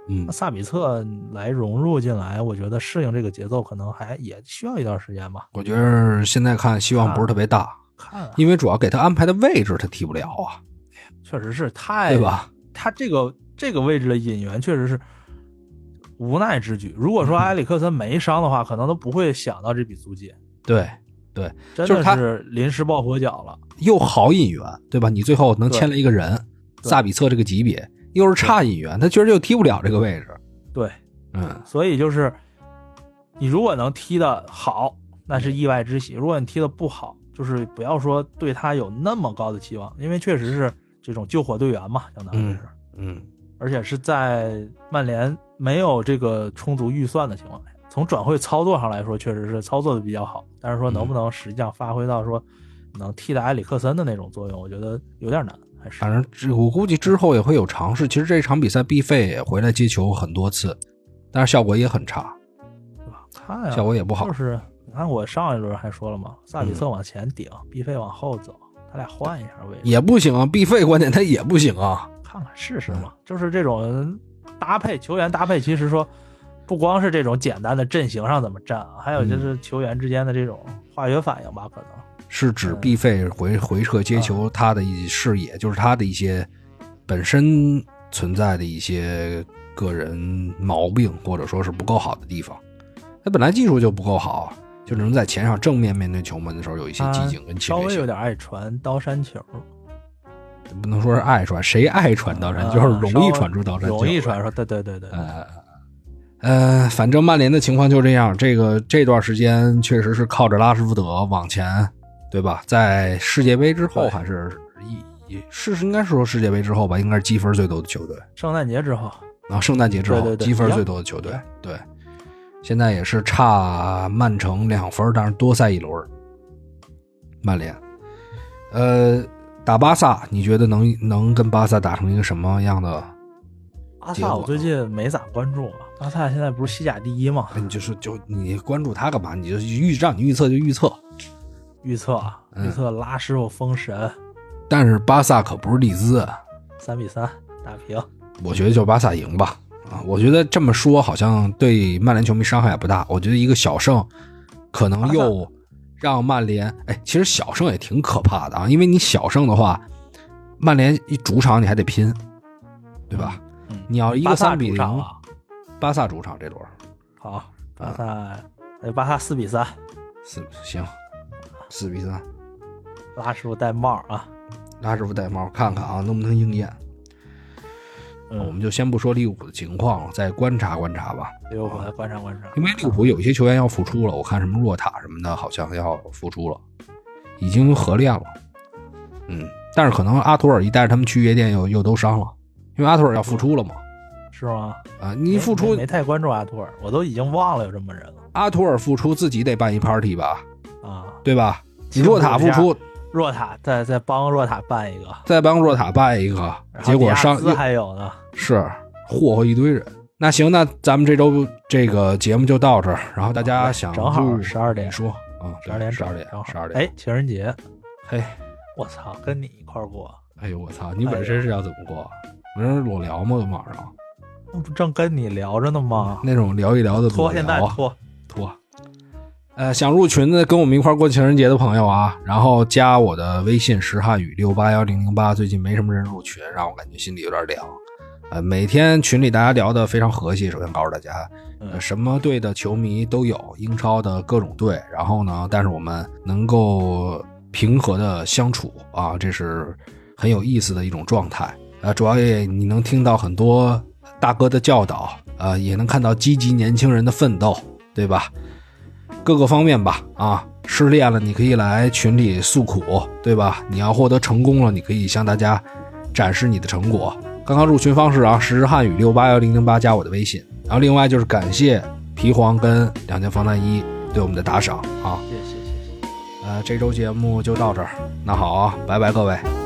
那萨比策来融入进来，我觉得适应这个节奏可能也需要一段时间吧。 我觉得现在看希望不是特别大，因为主要给他安排的位置他踢不了啊。 确实是对吧？ 他这个位置的引援确实是无奈之举。如果说埃里克森没伤的话，可能都不会想到这笔租借。 对， 真的是临时抱佛脚了。 又好引援，对吧？你最后能签了一个人，萨比策这个级别，又是差引援，他确实就踢不了这个位置。 对，所以就是你如果能踢得好，那是意外之喜；如果你踢得不好，就是不要说对他有那么高的期望，因为确实是这种救火队员嘛，相当于是，而且是在曼联没有这个充足预算的情况下，从转会操作上来说，确实是操作的比较好，但是说能不能实际上发挥到说能替代埃里克森的那种作用，我觉得有点难。 反正我估计之后也会有尝试。其实这场比赛毕费也回来接球很多次，但是效果也很差， 对吧？看呀， 效果也不好。 就是你看我上一轮还说了嘛，萨比策往前顶，毕费往后走，他俩换一下位置也不行啊。毕费关键他也不行啊。 看看试试嘛，就是这种搭配球员搭配，其实说不光是这种简单的阵型上怎么站啊，还有就是球员之间的这种化学反应吧，可能。 是指毕费回撤接球，他的视野就是他的一些本身存在的一些个人毛病，或者说是不够好的地方。他本来技术就不够好，就只能在前场正面面对球门的时候有一些激进跟侵略性。 稍微有点爱传刀山球， 不能说是爱传，谁爱传刀山，就是容易传出刀山球， 容易传出。对。 反正曼联的情况就这样，这段时间确实是靠着拉什福德往前。对吧？在世界杯之后，还是应该是说世界杯之后吧，应该是积分最多的球队。 圣诞节之后， 圣诞节之后， 对积分最多的球队。对，现在也是差曼城2分，但是多赛一轮。曼联，打巴萨，你觉得能跟巴萨打成一个什么样的？ 巴萨我最近没咋关注啊。巴萨现在不是西甲第一吗？ 你关注他干嘛？你就让你预测就预测。 预测拉师傅封神， 但是巴萨可不是利兹 ，3-3打平。 我觉得就巴萨赢吧。我觉得这么说好像对曼联球迷伤害也不大。我觉得一个小胜，可能又让曼联，其实小胜也挺可怕的啊，因为你小胜的话，曼联一主场你还得拼，对吧？你要一个3-0，巴萨主场这轮好，巴萨4-3， 行。4-3， 拉师傅戴帽啊！ 拉师傅戴帽，看看啊能不能应验。我们就先不说利物浦的情况了，再观察观察吧。 利物浦再观察， 因为利物浦有些球员要复出了，我看什么若塔什么的，好像要复出了，已经合练了。但是可能阿图尔一带着他们去夜店又都伤了，因为阿图尔要复出了嘛。 是吗？ 你复出没太关注阿图尔，我都已经忘了有这么人了。 阿图尔复出自己得办一 party 吧？对吧？你若塔复出， 若塔再帮若塔办一个， 结果伤还有呢， 是霍霍一堆人。那行，那咱们这周这个节目就到这儿，然后大家想正好12点说 12点 12点， 情人节， 嘿， 我操，跟你一块过， 哎呦我操，你本身是要怎么过？我这裸聊吗？网上那不正跟你聊着呢吗？ 那种聊一聊的脱，现在脱。 想入群的跟我们一块过情人节的朋友啊，然后加我的微信石汉语6810008，最近没什么人入群，让我感觉心里有点凉。每天群里大家聊得非常和谐，首先告诉大家，什么队的球迷都有，英超的各种队，然后呢，但是我们能够平和的相处啊，这是很有意思的一种状态。主要也你能听到很多大哥的教导，也能看到积极年轻人的奋斗，对吧？各个方面吧，失恋了你可以来群里诉苦，对吧？你要获得成功了，你可以向大家展示你的成果。刚刚入群方式啊，实汉语6810008，加我的微信。然后另外就是感谢皮黄跟2件防弹衣对我们的打赏啊， 谢谢。 这周节目就到这儿，那好啊，拜拜各位。